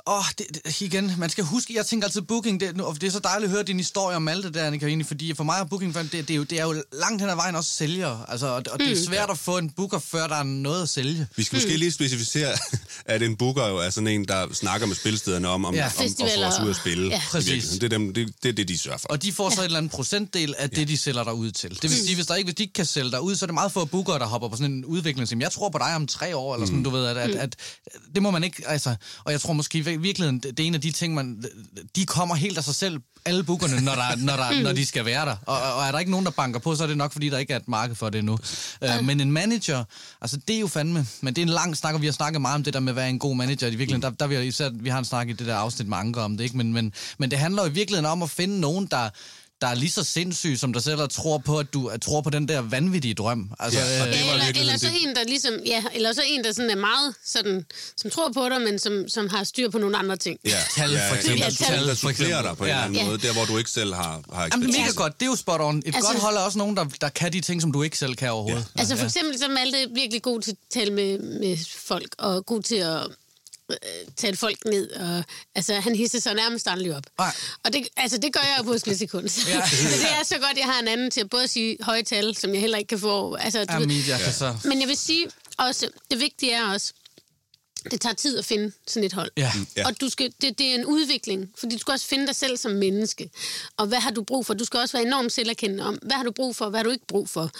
igen, man skal huske, jeg tænker altid booking, det er så dejligt at høre din historie om alt det der, Annika, egentlig, fordi for mig er booking, det er jo langt hen ad vejen også sælger, altså, og det er svært at få en booker, før der er noget at sælge. Vi skal måske lige specificere, at en booker jo er sådan en, der snakker med spilstederne om at få os ud at spille. Ja. Præcis. Det er det, de sørger for. Og de får så et eller andet procentdel af det, de sælger dig ud til. Det vil sige, hvis de ikke kan sælge dig ud, så er det meget få bookere, der hopper på sådan en udvikling. Jeg tror på dig om 3 år, eller sådan, du ved, at det må man ikke, altså, og jeg tror måske i virkeligheden, det er en af de ting, de kommer helt af sig selv, alle bookerne, når de skal være der. Og er der ikke nogen, der banker på, så er det nok, fordi der ikke er et marked for det endnu. Men en manager, altså det er jo fandme, men det er en lang snak, og vi har snakket meget om det der med at være en god manager. I virkeligheden, vi har en snak i det der afsnit med Anker om det, ikke? Men det handler jo i virkeligheden om at finde nogen, der er lige så sindssyg som dig selv, og tror på, at du tror på den der vanvittige drøm. Altså, eller så en, der ligesom, eller så en, der sådan er meget sådan, som tror på dig, men som har styr på nogle andre ting. Ja, tal for eksempel. Der supplerer dig på en eller anden måde, der hvor du ikke selv har ekspertise. Jamen, det er mega godt, det er jo spot on. Et godt hold er også nogen, der kan de ting, som du ikke selv kan overhovedet. Ja. Altså for eksempel, så er Malte virkelig god til at tale med folk, og god til at tale folk ned, og altså, han hisser sig nærmest aldrig op. Ej. Og det gør jeg jo på et splitsekund. Ja. Det er så godt, jeg har en anden til at både sige høje tal, som jeg heller ikke kan få. Altså, men jeg vil sige også, det vigtige er også, det tager tid at finde sådan et hold. Ja. Og det er en udvikling, fordi du skal også finde dig selv som menneske. Og hvad har du brug for? Du skal også være enormt selverkendende om, hvad har du brug for, hvad har du ikke brug for.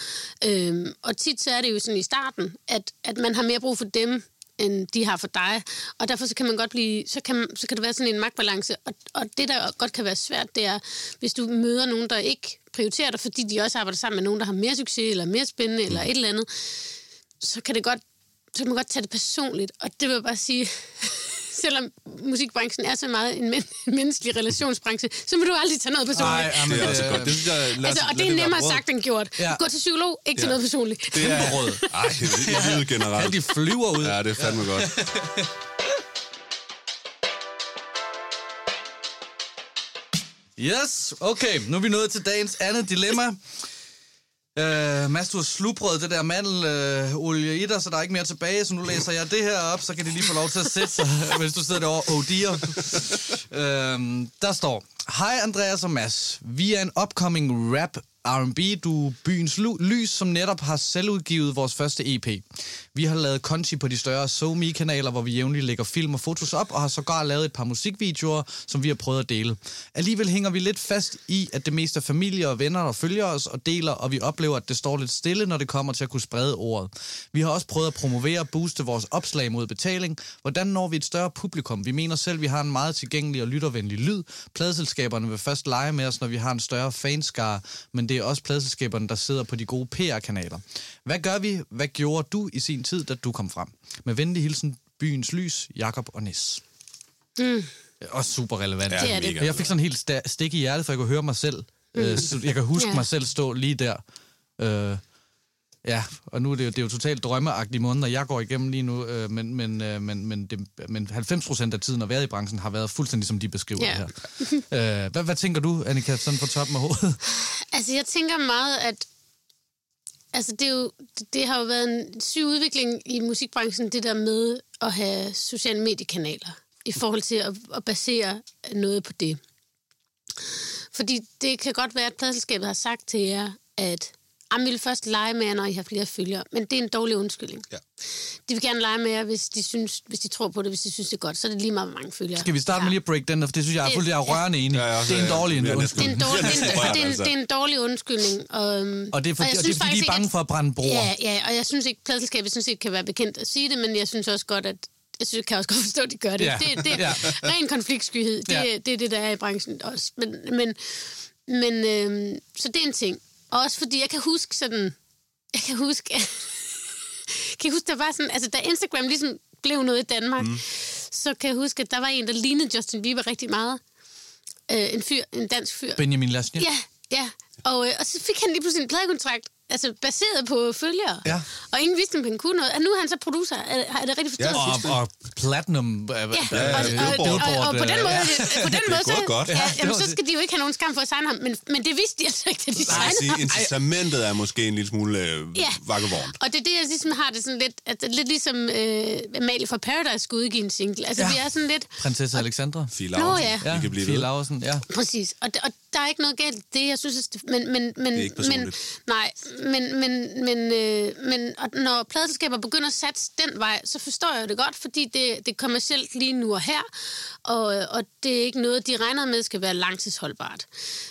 Og tit så er det jo sådan i starten, at man har mere brug for dem, end de har for dig. Og derfor så kan man godt blive, så kan det være sådan en magtbalance. Og det, der godt kan være svært, det er, hvis du møder nogen, der ikke prioriterer dig, fordi de også arbejder sammen med nogen, der har mere succes, eller mere spændende, eller et eller andet, så kan man godt tage det personligt. Og det vil jeg bare sige, selvom musikbranchen er så meget en menneskelig relationsbranche, så må du aldrig tage noget personligt. Nej, det er også godt. Og det er nemmere sagt end gjort. Ja. Gå til psykolog, ikke til noget personligt. Det er råd. Ej, jeg ved generelt. De flyver ud. Ja, det er fandme godt. Yes, okay. Nu er vi nået til dagens andet dilemma. Mads, du har slubret det der mandelolie i dig, så der er ikke mere tilbage, så nu læser jeg det her op, så kan de lige få lov til at sætte sig, hvis du sidder derovre. Oh dear. Der står: Hej Andreas og Mads. Vi er en upcoming rap R&B duo Byens Lys, som netop har selvudgivet vores første EP. Vi har lavet konti på de større SoMe-kanaler, hvor vi jævnligt lægger film og fotos op, og har sågar lavet et par musikvideoer, som vi har prøvet at dele. Alligevel hænger vi lidt fast i, at det meste af familie og venner, der følger os og deler, og vi oplever, at det står lidt stille, når det kommer til at kunne sprede ordet. Vi har også prøvet at promovere og booste vores opslag mod betaling. Hvordan når vi et større publikum? Vi mener selv, vi har en meget tilgængelig og lyttervenlig lyd. Pladeselskaberne vil først lege med os, når vi har en større fanskare, men det er også pladeselskaberne, der sidder på de gode PR-kanaler. Hvad gør vi? Hvad gjorde du i sin tid, da du kom frem? Med venlig hilsen, Byens Lys, Jakob og Nis. Også super relevant. Ja, det er det. Jeg fik sådan en helt stik i hjertet, for jeg kunne høre mig selv. Jeg kan huske mig selv stå lige der. Ja, og nu er det jo totalt drømmeagtige måneder, jeg går igennem lige nu, men 90% af tiden at være i branchen har været fuldstændig, som de beskriver det her. Hvad tænker du, Annika, sådan på toppen af hovedet? Altså, jeg tænker meget, at altså, det har jo været en syg udvikling i musikbranchen, det der med at have sociale mediekanaler, i forhold til at basere noget på det. Fordi det kan godt være, at pladeselskabet har sagt til jer, at vi vil først lege med jer, når I har flere følgere. Men det er en dårlig undskyldning. Ja. De vil gerne lege med jer, hvis de tror på det, hvis de synes, det er godt. Så er det lige meget, hvor mange følgere. Skal vi starte med lige at break den, for det synes jeg er fuldstændig rørende enig. Det er en dårlig undskyldning. Det er en dårlig undskyldning. Og det er fordi, de er bange for at brænde broer. Ja, og jeg synes ikke, pladeselskabet synes ikke kan være bekendt at sige det, men jeg synes også godt, at kan også godt forstå, at de gør det. Det er ren konfliktskyhed. Det er det, der er i branchen også. Men så det er en ting. Og også fordi jeg kan huske, der var sådan, altså da Instagram ligesom blev noget i Danmark, så kan jeg huske, at der var en, der lignede Justin Bieber rigtig meget. En dansk fyr. Benjamin Lasnier. Ja. Og så fik han lige pludselig en pladekontrakt, altså baseret på følgere. Ja. Og ingen vidste, at han kunne noget. Og nu er han så producer. Er det rigtig forstået? Ja, og platinum. Og på den måde, så skal de jo ikke have nogen skam for at signe ham. Men det vidste de altså ikke, da de signede ham. Incitamentet er måske en lille smule vakkevogn. Og det er det, jeg ligesom har det sådan lidt ligesom Amalie fra Paradise skulle udgive en single. Altså, vi er sådan lidt... Prinsesse Alexandra. Fie Laursen. Ja, Fie Laursen, ja. Præcis. Og der er ikke noget galt det, jeg synes... Men, det er ikke personligt. Men når pladeselskaber begynder at satse den vej, så forstår jeg det godt, fordi det er kommercielt lige nu og her, og det er ikke noget, de regner med skal være langtidsholdbart.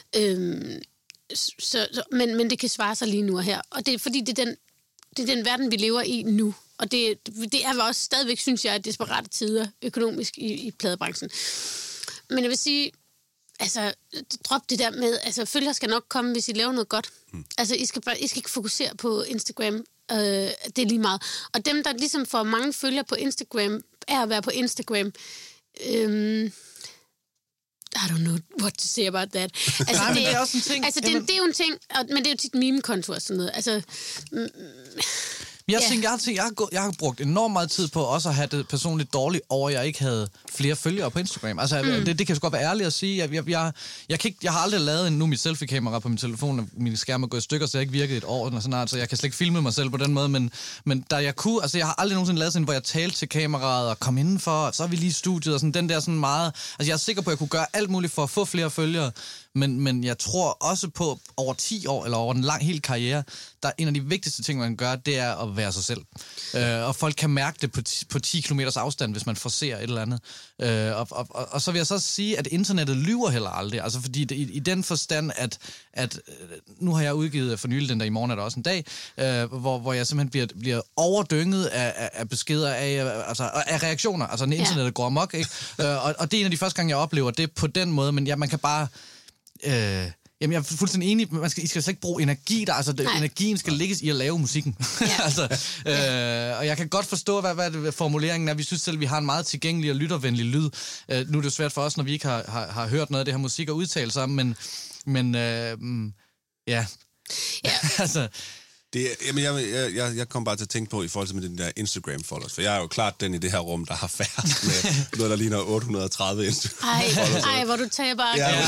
Men det kan svare sig lige nu og her. Og det er fordi, det er den verden, vi lever i nu. Og det er også stadigvæk, synes jeg, desperate tider økonomisk i pladebranchen. Men jeg vil sige, altså, drop det der med, altså, følgere skal nok komme, hvis I laver noget godt. Altså, I skal ikke fokusere på Instagram. Det er lige meget. Og dem, der ligesom får mange følgere på Instagram, er at være på Instagram. I don't know what to say about that. Altså, nej, det er også en ting. Altså, det er jo en ting, men det er jo tit meme-konto og sådan noget. Altså... Jeg har brugt enormt meget tid på også at have det personligt dårligt over, at jeg ikke havde flere følgere på Instagram. Altså, det kan jeg godt være ærlig at sige. Jeg har aldrig lavet nu mit selfie-kamera på min telefon, og mine skærme er gået i stykker, så jeg ikke virket et år, eller sådan noget, så jeg kan slet ikke filme mig selv på den måde, men da jeg kunne, altså jeg har aldrig nogensinde lavet sådan, hvor jeg talte til kameraet og kom indenfor, og så er vi lige i studiet, og sådan den der sådan meget, altså jeg er sikker på, at jeg kunne gøre alt muligt for at få flere følgere, men jeg tror også på over 10 år, eller over en lang hel karriere, der er en af de vigtigste ting, man kan gøre, det er at være sig selv. Og folk kan mærke det på 10 kilometers afstand, hvis man forser et eller andet. Og så vil jeg så sige, at internettet lyver heller aldrig. Altså fordi i den forstand, at nu har jeg udgivet for nylig den der i morgen er der også en dag, hvor jeg simpelthen bliver overdynget af beskeder af reaktioner. Altså når internettet går amok, ikke? Og det er en af de første gange, jeg oplever det på den måde, men man kan bare... Jamen, jeg er fuldstændig enig. I skal slet ikke bruge energi der. Altså, energien skal ligges i at lave musikken. Ja. Altså, og jeg kan godt forstå, hvad formuleringen er. Vi synes selv, vi har en meget tilgængelig og lyttervenlig lyd. Nu er det svært for os, når vi ikke har hørt noget af det her musik og udtale sig, men ja. Altså... Jeg kom bare til at tænke på i forhold til med den der Instagram-followers, for jeg er jo klart den i det her rum, der har færrest med noget, der ligner 830 Instagram-followers. Ej, hvor du tager bare... Jeg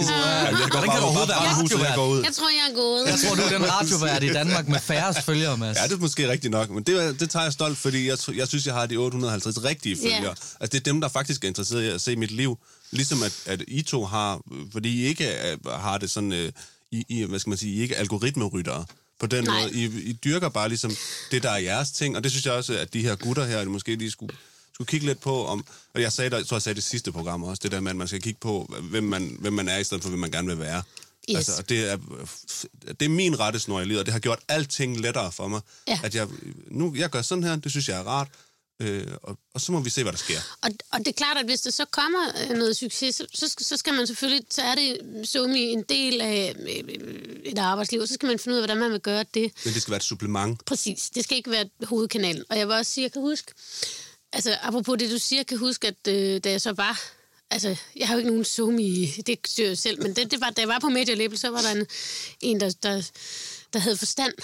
tror, jeg er gået. Jeg tror, du er den radiovært i Danmark med færrest følgere, Mads. Ja, det er måske rigtigt nok, men det tager jeg stolt, fordi jeg synes, jeg har de 850 rigtige følgere. Altså, det er dem, der faktisk er interesseret i at se mit liv. Ligesom at I to har, fordi I ikke har det sådan... hvad skal man sige, I ikke algoritmeryttere. På den måde. I dyrker bare ligesom det, der er jeres ting, og det synes jeg også, at de her gutter her, måske lige skulle kigge lidt på, og jeg sagde det sidste program også, det der med, at man skal kigge på, hvem man er, i stedet for, hvem man gerne vil være. Yes. Altså, det er min rettesnor i livet, og det har gjort alting lettere for mig, at jeg gør sådan her, det synes jeg er rart, og så må vi se, hvad der sker. Og det er klart, at hvis der så kommer noget succes, så skal man selvfølgelig, så er det en del af et arbejdsliv, og så skal man finde ud af, hvordan man vil gøre det. Men det skal være et supplement. Præcis, det skal ikke være hovedkanalen. Og jeg vil også sige, jeg kan huske, altså apropos det, du siger, jeg kan huske, at da jeg så var... Altså, jeg har jo ikke nogen Zoom det styrer jeg selv, men det var, da jeg var på Media Label, så var der en der havde forstand.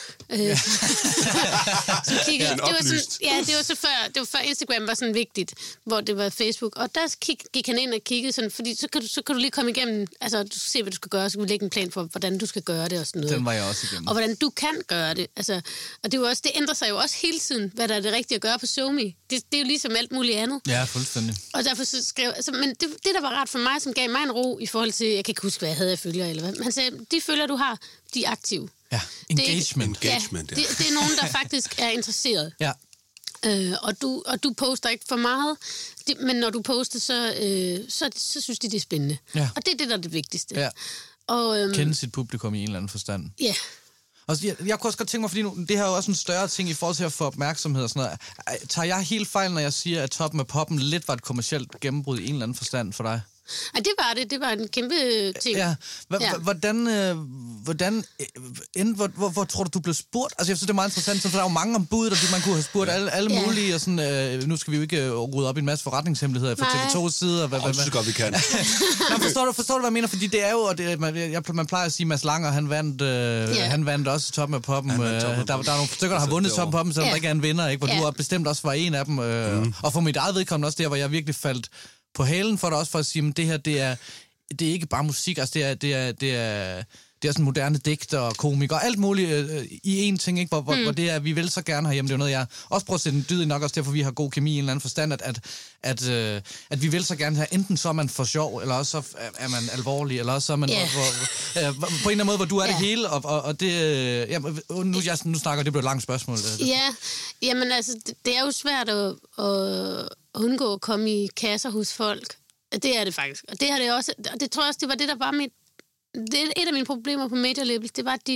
Så kiggede, det var før Instagram var sådan vigtigt, hvor det var Facebook. Og der gik han ind og kiggede sådan, fordi så kan du lige komme igennem, altså du skal se, hvad du skal gøre, så kan du lægge en plan for, hvordan du skal gøre det og sådan noget. Den var jeg også igennem. Og hvordan du kan gøre det. Altså, og det ændrer sig jo også hele tiden, hvad der er det rigtige at gøre på SoMe. Det er jo ligesom alt muligt andet. Ja, fuldstændig. Og derfor så skrev, altså, men det der var rart for mig, som gav mig en ro i forhold til, jeg kan ikke huske, hvad jeg havde af følgere, eller hvad. Men han sagde, de følgere, du har, de er aktive. Ja, engagement. Det er nogen, der faktisk er interesseret. Ja. Og du poster ikke for meget, men når du poster, så synes de, det er spændende. Ja. Og det er det, der er det vigtigste. Ja. Og, kende sit publikum i en eller anden forstand. Ja. Og jeg kunne også godt tænke mig, fordi nu, det her er jo også en større ting i forhold til at få opmærksomhed og sådan noget. Tager jeg helt fejl, når jeg siger, at Toppen af Poppen lidt var et kommercielt gennembrud i en eller anden forstand for dig? Ej, det var det. Det var en kæmpe ting. Ja. Hvordan hvor tror du blev spurgt? Altså, jeg synes, det er meget interessant, for der er jo mange om budet, og man kunne have spurgt alle mulige, og sådan, nu skal vi jo ikke rode op i en masse forretningshemmeligheder fra TV2's side. Det synes godt, vi kan. Forstår du, hvad jeg mener? Fordi det er jo, og man plejer at sige, Mads Langer, han vandt også Toppen af Poppen. Der er nogle stykker, der har vundet Toppen af Poppen, selvom der ikke er en vinder, ikke? Hvor du bestemt også var en af dem. Og for mit eget vedkommende også der, hvor jeg virkelig faldt på halen for dig også, for at sige, at det her, det er ikke bare musik, altså det er sådan moderne digter og komikere og alt muligt i én ting, ikke? Hvor det er, vi vil så gerne herhjemme. Det er jo noget, jeg også prøver at sætte en dyd i nok, også derfor vi har god kemi i en eller anden forstand, at vi vil så gerne have, enten så er man for sjov, eller også så er man alvorlig, eller også så er man på en eller anden måde, hvor du er det hele, og det... nu snakker det bliver et langt spørgsmål. Ja, jamen altså, det er jo svært at undgå at komme i kasser hos folk. Det er det faktisk. Og det har det også, og det tror jeg også, det var det, der var det er et af mine problemer på major labels, det var, at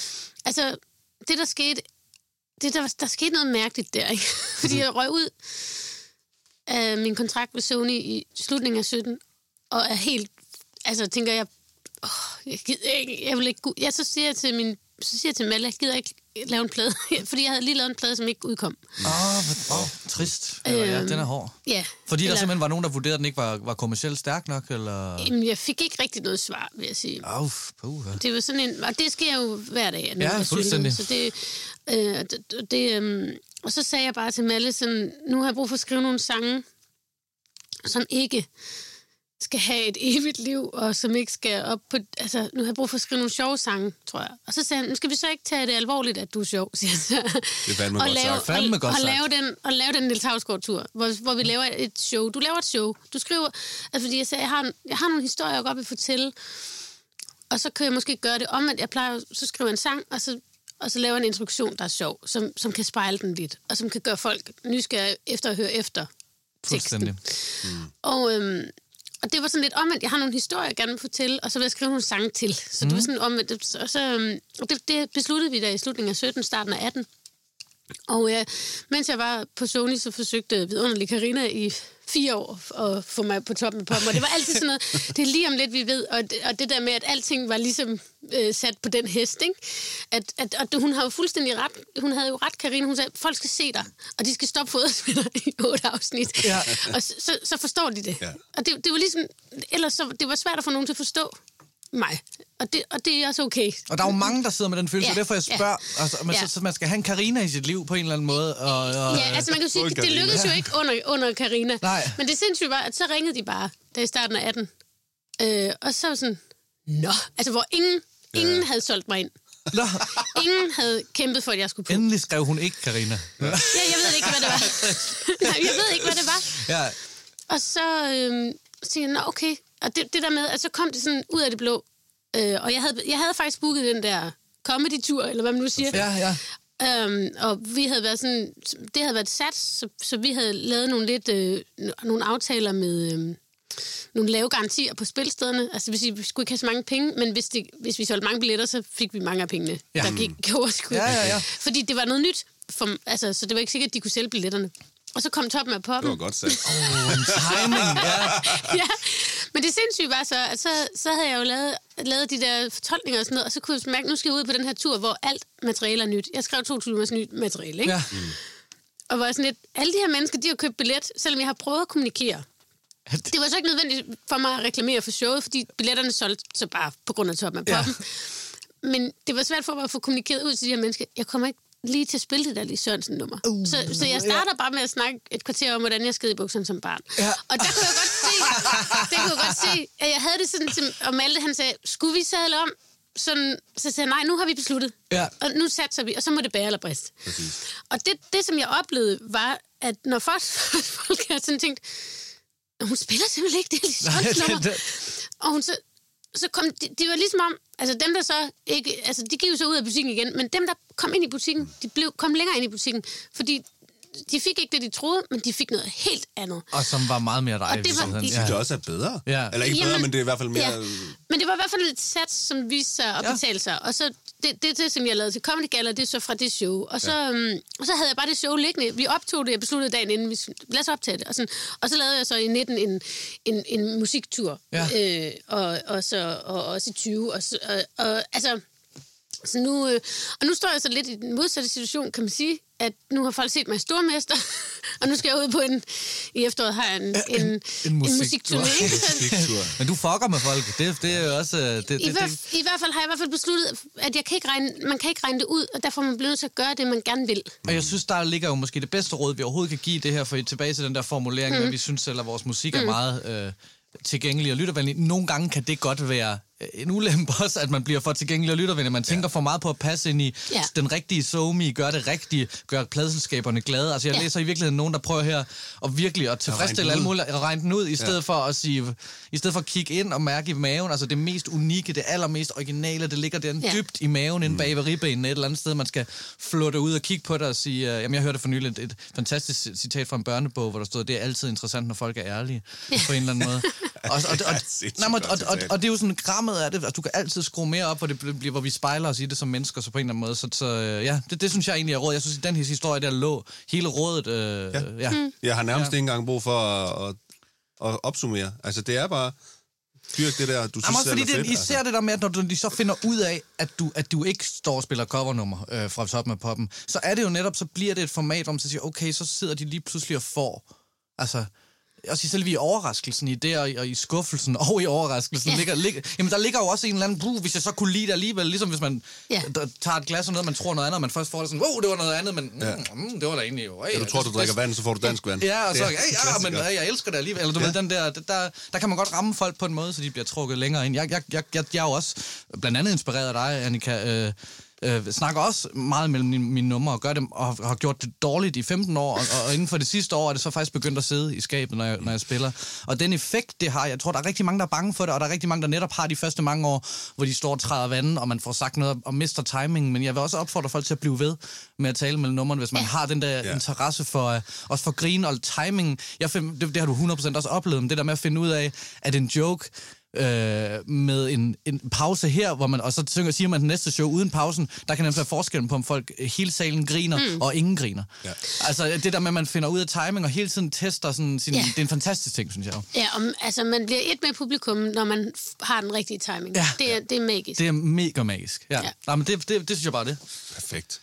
der skete noget mærkeligt der, ikke? Fordi jeg røg ud af min kontrakt med Sony i slutningen af 17, og er helt, altså tænker jeg, jeg vil ikke, så siger jeg til Malle, jeg gider ikke lave en plade, fordi jeg havde lige lavet en plade, som ikke udkom. Trist. Ja, den er hård. Ja. Fordi der simpelthen var nogen, der vurderede, at den ikke var kommercielt stærk nok, eller? Jamen, jeg fik ikke rigtig noget svar, vil jeg sige. Det var sådan en, og det sker jo hver dag. Ja, fuldstændig. Så og så sagde jeg bare til Malle, sådan, nu har jeg brug for at skrive nogle sange, som ikke skal have et evigt liv, og som ikke skal op på... Altså, nu har jeg brug for at skrive nogle sjove sange, tror jeg. Og så sagde han, nu skal vi så ikke tage det alvorligt, at du er sjov, siger han så. Det er fandme godt sagt. Og lave den Niels Hausgaard-tur, hvor vi laver et show. Du laver et show. Du skriver... Altså, fordi jeg sagde, jeg har nogle historier, jeg godt vil fortælle, og så kan jeg måske gøre det om, at jeg plejer så skrive en sang, og så laver en introduktion, der er sjov, som kan spejle den lidt, og som kan gøre folk nysgerrige efter at høre efter teksten. Og det var sådan lidt om, at jeg har nogle historier, jeg gerne vil fortælle, og så vil jeg skrive nogle sange til. Så det var sådan om, at det besluttede vi da i slutningen af 17, starten af 18. Og mens jeg var på Sony, så forsøgte vidunderlig Carina i 4 år at få mig på toppen af Poppen. Og det var altid sådan noget, det er lige om lidt, vi ved. Og det der med, at alting var ligesom sat på den hest, ikke? Og hun har jo fuldstændig ret. Hun havde jo ret, Carina. Hun sagde, folk skal se dig, og de skal stoppe fodspiller i 8 afsnit. Ja. Og så forstår de det. Ja. Og det var ligesom... Ellers så, det var svært at få nogen til at forstå mig. Og det er også okay. Og der er jo mange, der sidder med den følelse, og derfor jeg spørger, så man skal have en Carina i sit liv på en eller anden måde. Ja, altså man kan sige, det lykkedes jo ikke under Carina. Nej. Men det sindssygt var, at så ringede de bare, da i starten af 18. Og så var sådan, altså hvor ingen havde solgt mig ind. Ingen havde kæmpet for, at jeg skulle på. Endelig skrev hun ikke Carina. Ja, jeg ved ikke, hvad det var. Jeg ved ikke, hvad det var. Ja. Og så siger jeg, okay. Og det der med, at så kom det sådan ud af det blå. Og jeg havde faktisk booket den der comedy-tur, eller hvad man nu siger. Ja. Og vi havde været sådan, det havde været sat, så vi havde lavet nogle aftaler med nogle lave garantier på spilstederne. Altså det vil sige, vi skulle ikke have så mange penge, men hvis vi solgte mange billetter, så fik vi mange af pengene, der gik overskud. Ja. Fordi det var noget nyt, så det var ikke sikkert, at de kunne sælge billetterne. Og så kom Toppen af Poppen. Det var godt sagt. En timing, ja. Men det sindssyge var så, at så havde jeg jo lavet de der fortolkninger og sådan noget, og så kunne jeg mærke, nu skal jeg ud på den her tur, hvor alt materiale er nyt. Jeg skrev 2 timers nyt materiale, ikke? Ja. Og var sådan lidt, alle de her mennesker, de har købt billet, selvom jeg har prøvet at kommunikere. Det var så ikke nødvendigt for mig at reklamere for showet, fordi billetterne solgte så bare på grund af Toppen af Poppen. Ja. Men det var svært for mig at få kommunikeret ud til de her mennesker. Jeg kommer ikke lige til at spille det der Lis Sørensen-nummer. Så jeg starter bare med at snakke et kvarter om, hvordan jeg sked i bukserne som barn. Ja. Og der kunne jeg godt se, at jeg havde det sådan, og Malte han sagde, skulle vi sadle om? Sådan, så sagde jeg, nej, nu har vi besluttet. Ja. Og nu satser vi, og så må det bære eller briste. Og det, som jeg oplevede, var, at når folk havde sådan tænkt, hun spiller simpelthen ikke det Lis Sørensen-nummer. Og hun så kom, de var ligesom om, altså dem der så ikke, altså de gik jo så ud af butikken igen, men dem der kom ind i butikken, kom længere ind i butikken, fordi de fik ikke det, de troede, men de fik noget helt andet. Og som var meget mere dig. Og det var, de synes det også er bedre. Ja. Eller ikke bedre, men det er i hvert fald mere... Ja. Men det var i hvert fald et sats, som viste sig at betale sig. Og så det, som jeg lavede til Comedy Gala, det er så fra det show. Og så havde jeg bare det show liggende. Vi optog det, jeg besluttede dagen inden, lad os optage det. Og så lavede jeg så i 19 en musiktur. Ja. Og også i 20. Så nu står jeg så lidt i den modsatte situation, kan man sige, at nu har folk set mig i Stormester, og nu skal jeg ud på i efteråret har jeg en musikturné. Men du fucker med folk, det er jo også... I hvert fald har jeg besluttet, at man kan ikke regne det ud, og derfor er man blevet nødt til at gøre det, man gerne vil. Og jeg synes, der ligger jo måske det bedste råd, vi overhovedet kan give det her, for tilbage til den der formulering, at vi synes selv, at vores musik er meget... tilgængelig og lyttervenlig. Nogle gange kan det godt være en ulempe også, at man bliver for tilgængelig og lyttervenlig. Man tænker for meget på at passe ind i den rigtige somi, gøre det rigtige, gøre pladselskaberne glade. Altså jeg læser i virkeligheden nogen, der prøver her og virkelig at tilfredsstille alle mulige, og regne den ud, i stedet for at sige, i stedet for at kigge ind og mærke i maven, altså det mest unikke, det allermest originale, det ligger den dybt i maven, inde bag ved ribbenene et eller andet sted. Man skal flutte ud og kigge på det og sige, jamen jeg hørte for nylig et fantastisk citat fra en børnebog, hvor der stod, det er altid interessant, når folk er ærlige, på en eller anden måde. Og det er jo sådan grammet af det, altså du kan altid skrue mere op, hvor vi spejler os i det som mennesker, så på en eller anden måde. Så ja, det synes jeg egentlig er råd. Jeg synes, i den her historie, der lå hele rådet. Jeg har nærmest ikke engang brug for at opsummere. Altså, det er bare dyrk det der, du synes selv er fedt. Især det der med, at når de så finder ud af, at du ikke står og spiller covernummer fra toppen af poppen, så er det jo netop, så bliver det et format, hvor man siger, okay, så sidder de lige pludselig og får, altså... Også i selve i overraskelsen i det, og i skuffelsen og i overraskelsen, jamen der ligger jo også en eller anden, hvis jeg så kunne lide det alligevel, ligesom hvis man tager et glas og noget, man tror noget andet, og man først får det sådan, det var noget andet, men det var da egentlig jo... du tror, du drikker vand, så får du dansk vand. Ja, og så, men jeg elsker det alligevel. Eller du ved, den der kan man godt ramme folk på en måde, så de bliver trukket længere ind. Jeg er jo også blandt andet inspireret af dig, Annika, snakker også meget mellem mine numre og gør det, og har gjort det dårligt i 15 år, og inden for det sidste år er det så faktisk begyndt at sidde i skabet, når jeg spiller. Og den effekt, det har, jeg tror, der er rigtig mange, der er bange for det, og der er rigtig mange, der netop har de første mange år, hvor de står og træder vandet, og man får sagt noget og mister timingen, men jeg vil også opfordre folk til at blive ved med at tale mellem numrene, hvis man har den der interesse for, også for grin og timingen. Det har du 100% også oplevet, men det der med at finde ud af, at en joke med en pause her, hvor man, og så siger man den næste show uden pausen, der kan nemlig være forskellen på, om folk hele salen griner, og ingen griner. Ja. Altså det der med, at man finder ud af timing, og hele tiden tester sådan det er en fantastisk ting, synes jeg. Ja, altså man bliver et med publikum, når man har den rigtige timing. Ja. Det er magisk. Det er mega magisk. Ja. Nej, men det synes jeg bare det. Perfekt.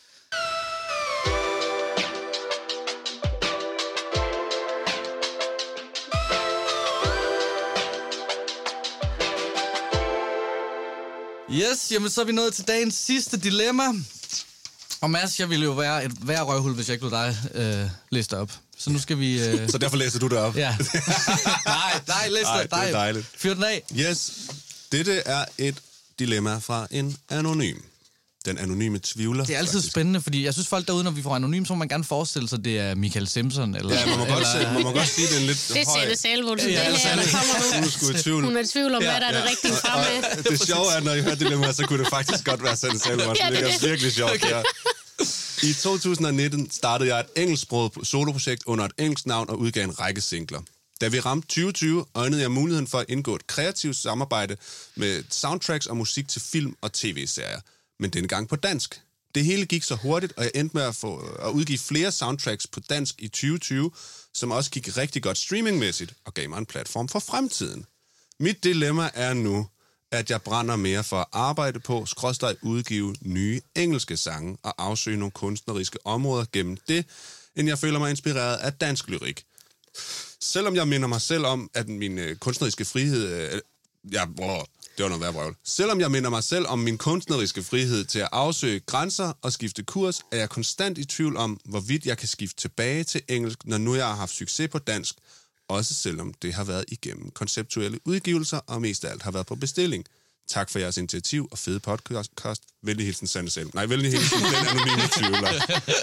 Yes, jamen så er vi nået til dagens sidste dilemma. Og Mads, jeg ville jo være et værre røvhul, hvis jeg ikke blev dig læst op. Så nu skal vi... Så derfor læser du det op? Ja. nej, læs det. Det er dejligt. Fyr den af. Yes, dette er et dilemma fra en anonym. Den anonyme tvivler. Det er altid spændende, fordi jeg synes folk derude, når vi får anonym, så må man gerne forestille sig, at det er Michael Simpson. Eller, ja, man må godt sige, det er en lidt det høj... Det er Salvo, det her, der kommer nu. Hun er i tvivl om, hvad der er det rigtige fremme. Det sjove er, når I hører dilemma, så kunne det faktisk godt være Sanne Salvo. Det er virkelig sjovt, okay. I 2019 startede jeg et engelsksproget soloprojekt under et engelsk navn og udgav en række singler. Da vi ramte 2020, øjnede jeg muligheden for at indgå et kreativt samarbejde med soundtracks og musik til film og tv-serier. Men denne gang på dansk. Det hele gik så hurtigt, og jeg endte med at udgive flere soundtracks på dansk i 2020, som også gik rigtig godt streamingmæssigt og gav mig en platform for fremtiden. Mit dilemma er nu, at jeg brænder mere for at arbejde på, udgive nye engelske sange og afsøge nogle kunstneriske områder gennem det, end jeg føler mig inspireret af dansk lyrik. Selvom jeg minder mig selv om, at min kunstneriske frihed... Det var noget værd brøvl. Selvom jeg minder mig selv om min kunstneriske frihed til at afsøge grænser og skifte kurs, er jeg konstant i tvivl om, hvorvidt jeg kan skifte tilbage til engelsk, når nu jeg har haft succes på dansk, også selvom det har været igennem konceptuelle udgivelser og mest af alt har været på bestilling. Tak for jeres initiativ og fede podcast. Venlig hilsen, Sanne selv. Nej, venlig hilsen, den anonyme tvivler.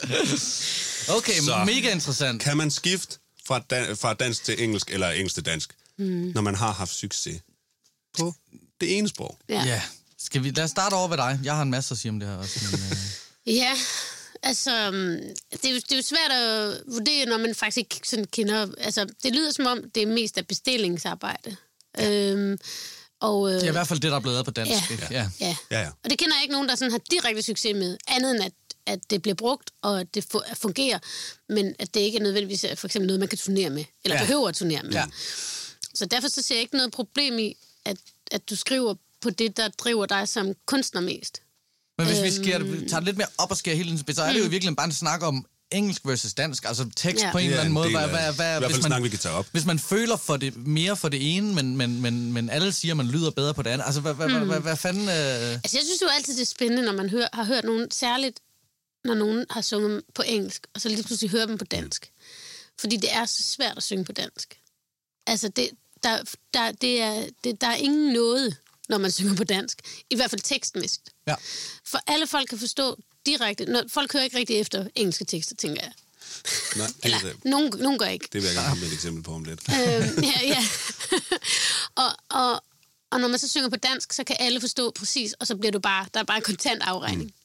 Okay, så, mega interessant. Kan man skifte fra dansk til engelsk, eller engelsk til dansk, når man har haft succes på det ene sprog? Ja. Lad os starte over ved dig. Jeg har en masse at sige om det her også. Men, Ja, Altså, det er jo svært at vurdere, når man faktisk ikke sådan kender... Altså, det lyder som om, det er mest af bestillingsarbejde. Ja. Det er i hvert fald det, der er blevet på dansk. Ja. Og det kender jeg ikke nogen, der sådan har direkte succes med, andet end at det bliver brugt, og at det fungerer, men at det ikke er nødvendigvis for eksempel noget, man kan turnere med, eller behøver at turnere med. Ja. Så derfor så ser jeg ikke noget problem i, at du skriver på det, der driver dig som kunstner mest. Men hvis vi tager det lidt mere op og skærer hele den spids, så er det jo virkelig bare en snak om engelsk versus dansk, altså tekst på en eller anden måde. Hvis man føler for det, mere for det ene, men alle siger, at man lyder bedre på det andet. Altså, hvad fanden... Altså, jeg synes jo altid, det er spændende, når man har hørt nogen, særligt når nogen har sunget på engelsk, og så lige pludselig hører dem på dansk. Fordi det er så svært at synge på dansk. Altså, der er ingen noget, når man synger på dansk. I hvert fald tekstmæssigt. Ja. For alle folk kan forstå direkte. Når folk hører ikke rigtig efter engelske tekster, tænker jeg. Nej, nogen gør ikke. Det vil jeg gerne have et eksempel på om lidt. Ja. og når man så synger på dansk, så kan alle forstå præcis, og så bliver der er bare en kontant afregning.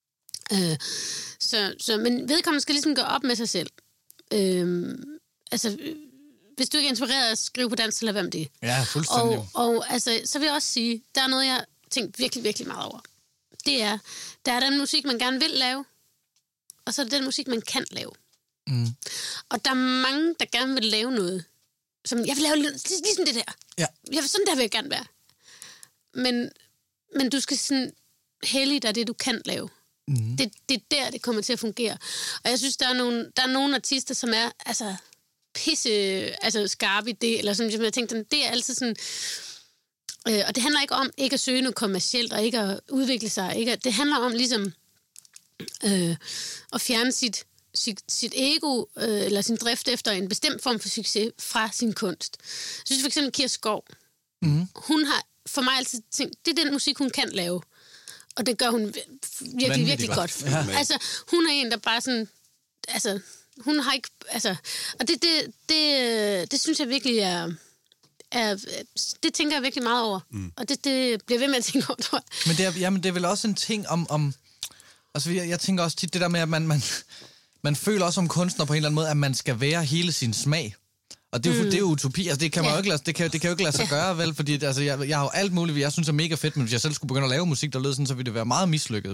Men vedkommende skal ligesom gå op med sig selv. Altså, hvis du ikke er inspireret af at skrive på dansk, så lad være med det. Ja, fuldstændig. Og altså, så vil jeg også sige, der er noget, jeg har tænkt virkelig, virkelig meget over. Det er, der er den musik, man gerne vil lave, og så er det den musik, man kan lave. Mm. Og der er mange, der gerne vil lave noget, som jeg vil lave ligesom det der. Ja. Sådan der vil jeg gerne være. Men du skal sådan hellige dig det, du kan lave. Mm. Det er der, det kommer til at fungere. Og jeg synes, der er nogle artister, som er altså pisse skarpe i det, eller sådan, som jeg tænkte, det er altid sådan... og det handler ikke om ikke at søge noget kommercielt, og ikke at udvikle sig. Det handler om ligesom at fjerne sit ego, eller sin drift efter en bestemt form for succes fra sin kunst. Jeg synes for eksempel Kira Skov, hun har for mig altid tænkt, det er den musik, hun kan lave. Og det gør hun virkelig, virkelig godt. Ja. Altså, hun er en, der bare sådan... Altså, hun har ikke... Altså, og det synes jeg virkelig er... Det tænker jeg virkelig meget over. Og det bliver ved med at tænke over, tror jeg. Men det er vel også en ting om altså, jeg tænker også tit det der med, at man føler også som kunstner på en eller anden måde, at man skal være hele sin smag. Og det er jo utopi. Altså, det kan man jo ikke det kan jo ikke lade sig gøre, vel? Fordi altså, jeg har jo alt muligt, jeg synes er mega fedt, men hvis jeg selv skulle begynde at lave musik, der lød sådan, så ville det være meget mislykket.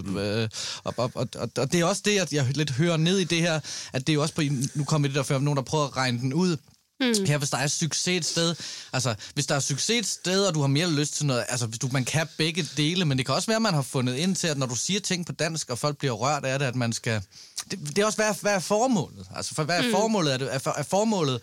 Og det er også det, jeg lidt hører ned i det her, at det er jo også på... Nu kommer det der før, nogen der prøver at regne den ud. Her, hvis der er succes et sted, altså hvis der er succes et sted, og du har mere lyst til noget, altså man kan begge dele, men det kan også være, at man har fundet ind til, at når du siger ting på dansk, og folk bliver rørt af det, at man skal... Det er også, hvad er formålet? Altså, hvad er formålet? Er formålet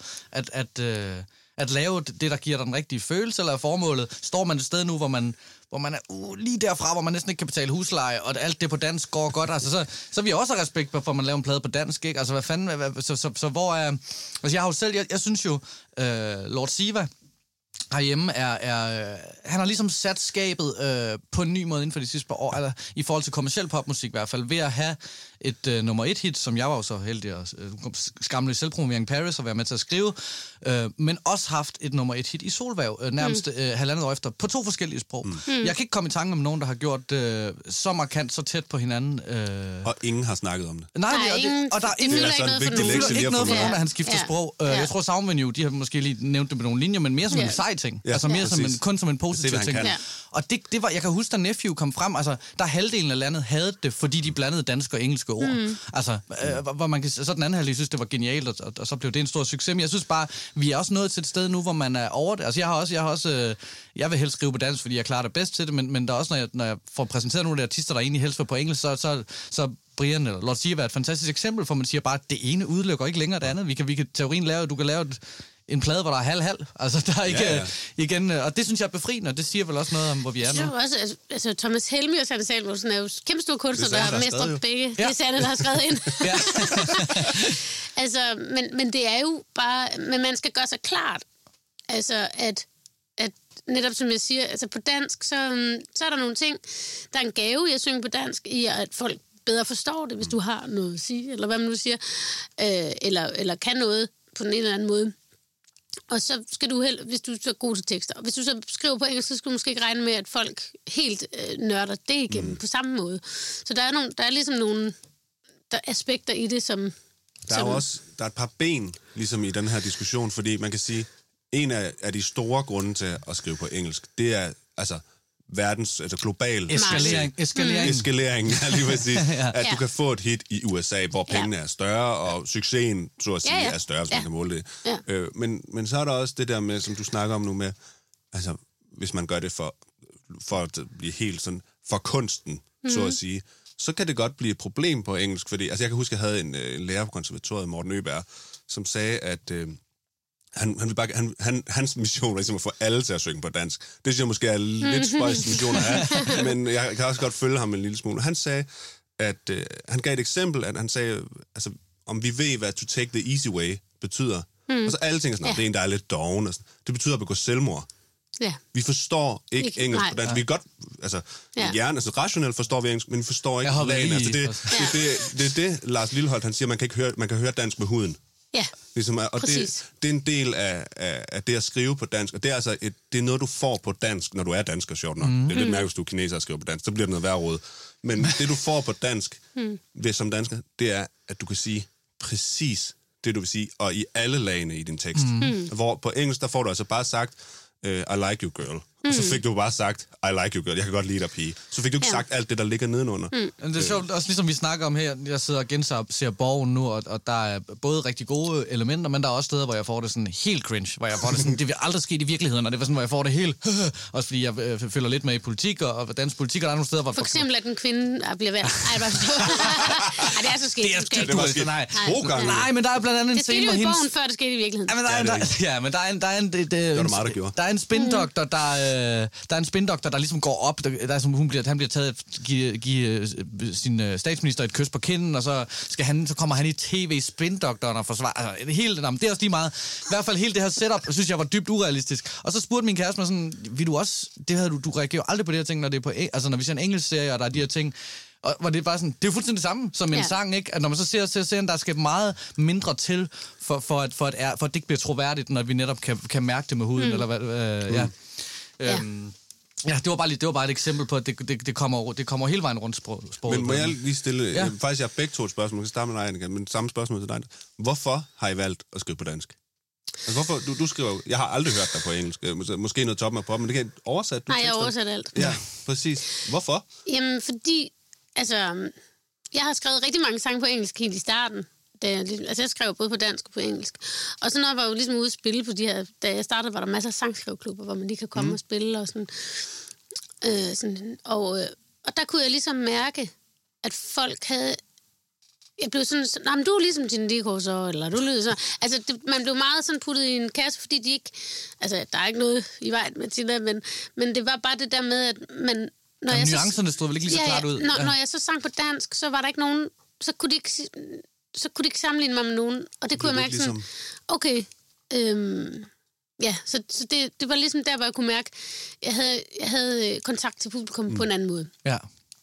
at lave det, der giver dig den rigtige følelse, eller er formålet, står man et sted nu, hvor man er lige derfra, hvor man næsten ikke kan betale husleje, og alt det på dansk går godt, altså så vi også har respekt for, at man laver en plade på dansk, ikke? Altså hvad fanden, så hvor er... Altså jeg har jo selv, jeg synes jo, Lord Siva herhjemme han har ligesom sat skabet på en ny måde inden for de sidste par år, eller i forhold til kommerciel popmusik i hvert fald, ved at have et nummer 1 hit, som jeg var jo så heldig at skamle i selvpromovering Paris og være med til at skrive, men også haft et nummer 1 hit i Solværv, nærmest halvandet år efter, på 2 forskellige sprog. Jeg kan ikke komme i tanke om nogen, der har gjort så markant, så tæt på hinanden. Og ingen har snakket om det. Nej, og der er ingen, ikke noget for nogen, at han skifter sprog. Jeg tror, Soundvenue, de har måske lige nævnt det med nogle linjer, men mere som en sej ting. Ja. Altså mere kun som en positiv ting. Ja. Og det var, jeg kan huske, da Nephew kom frem, altså, der halvdelen af landet havde det, fordi de blandede danske og engelske ord. Altså, hvor man kan, så den anden halvdel synes, det var genialt, og så blev det en stor succes. Men jeg synes bare, vi er også nået til et sted nu, hvor man er over det. Altså, jeg vil helst skrive på dansk, fordi jeg klarer det bedst til det, men der er også, når jeg får præsenteret nogle af de artister, der egentlig helst var på engelsk, så Brian eller Lord Siva er et fantastisk eksempel, for man siger bare, at det ene udelukker ikke længere det andet. Vi kan teorien lave, du kan lave en plade, hvor der er halv-halv. Altså, der er ikke igen... Og det synes jeg er befriende, og det siger vel også noget om, hvor vi er nu. Også, altså Thomas Helmi og Sanne Salmonsen er jo kæmpe store kunstner, der har mestret begge. Ja. Det er Sanne, der har skrevet ind. Altså, men det er jo bare... Men man skal gøre sig klart, altså, at netop som jeg siger, altså på dansk, så er der nogle ting. Der er en gave i at synge på dansk, i at folk bedre forstår det, hvis du har noget at sige, eller hvad man nu siger, eller kan noget på den ene eller anden måde. Og så skal du hvis du er god til tekster, og hvis du så skriver på engelsk, så skal du måske ikke regne med, at folk helt nørder det igennem på samme måde. Så der er ligesom nogle der er aspekter i det, som... Der er et par ben, ligesom i den her diskussion, fordi man kan sige, en af de store grunde til at skrive på engelsk, det er altså global... Eskalering, ja, lige præcis. At du kan få et hit i USA, hvor pengene er større, og succesen, så at sige, er større, hvis man kan måle det. Ja. Men så er der også det der med, som du snakker om nu med, altså, hvis man gør det for at blive helt sådan, for kunsten, så at sige, så kan det godt blive et problem på engelsk, fordi, altså jeg kan huske, at jeg havde en lærer på konservatoriet, Morten Øberg, som sagde, at hans mission var ligesom at få alle til at synge på dansk. Det synes jeg måske er lidt spøjst mission at have, men jeg kan også godt følge ham en lille smule. Han sagde, at han gav et eksempel, at han sagde, altså, om vi ved, hvad to take the easy way betyder. Og så alle tænker sådan, det er en, der er lidt doven. Det betyder at begå selvmord. Ja. Vi forstår ikke engelsk på dansk. Vi kan godt, altså, hjernen, altså rationelt forstår vi engelsk, men vi forstår ikke lagen. Altså, det er det, Lars Lilleholt, han siger, man kan høre dansk med huden. Ja, ligesom, og det er en del af det at skrive på dansk, og det er altså det er noget, du får på dansk, når du er dansker, sjovt nok. Det er lidt mærkeligt, hvis du er kineser og skriver på dansk, så bliver det noget værre råd. Men det, du får på dansk som dansker, det er, at du kan sige præcis det, du vil sige, og i alle lagene i din tekst. Hvor på engelsk, der får du altså bare sagt, I like you, girl. Og så fik du bare sagt, I like you, girl. Jeg kan godt lide dig, pige. Så fik du ikke sagt alt det, der ligger nedenunder. Det er sjovt, også ligesom vi snakker om her. Jeg sidder og ser Borgen nu, og der er både rigtig gode elementer, men der er også steder, hvor jeg får det sådan helt cringe. Hvor jeg får det sådan, det vil aldrig ske i virkeligheden, og det var sådan, hvor jeg får det helt... også fordi jeg følger lidt med i politik, og dansk politik, og der er nogle steder, hvor... For eksempel, at en kvinde bliver valgt. Ej, det er så sket. Nej, men der er blandt andet en scene, hvor hendes... Det skete jo i Borgen, før det skete i virkeligheden. Ja, men der er en... Det var det meget, der gjorde. Der er en spindoktor, der er en spindoktor, der ligesom går op. Han bliver taget at give sin statsminister et kys på kinden, og så kommer han i tv spindoktoren og forsvarer. Altså, det er også lige meget. I hvert fald hele det her setup, synes jeg var dybt urealistisk. Og så spurgte min kæreste mig sådan, vil du også... Du reagerer aldrig på de her ting, når det er på... Altså, når vi ser en engelsk serie, og der er de her ting... Og hvor det er bare sådan, det er jo fuldstændig det samme som en sang, ikke? At når man så ser serien, der skal meget mindre til, for at det ikke bliver troværdigt, når vi netop kan mærke det med huden, eller hvad... Ja, det var bare et eksempel på, at det kommer hele vejen rundt sproget. Men må jeg lige stille... Faktisk, jeg har begge to et spørgsmål. Jeg kan starte med dig, Annika, men samme spørgsmål til dig. Hvorfor har I valgt at skrive på dansk? Altså, hvorfor? Du skriver... Jeg har aldrig hørt dig på engelsk. Måske noget top med på, men det kan oversætte. Nej, jeg har oversat alt. Ja, præcis. Hvorfor? Jamen, fordi... Altså, jeg har skrevet rigtig mange sange på engelsk helt i starten. Jeg skrev både på dansk og på engelsk. Og så når jeg var jo ligesom ude at spille på de her... Da jeg startede, var der masser af sangskrivklubber, hvor man lige kan komme og spille og sådan. Og der kunne jeg ligesom mærke, at folk havde... Jeg blev sådan... Nej, men du er ligesom Tina Dickow så, eller du lyder så... Altså, man blev meget sådan puttet i en kasse, fordi de ikke... Altså, der er ikke noget i vejen med Tina, men det var bare det der med, at man... Nuancerne stod vel ikke lige så klart ud? Når jeg så sang på dansk, så var der ikke nogen... Så kunne de ikke sammenligne mig med nogen. Og det kunne jeg mærke ligesom... sådan... Okay. Så det var ligesom der, hvor jeg kunne mærke, jeg havde kontakt til publikum på en anden måde. Ja.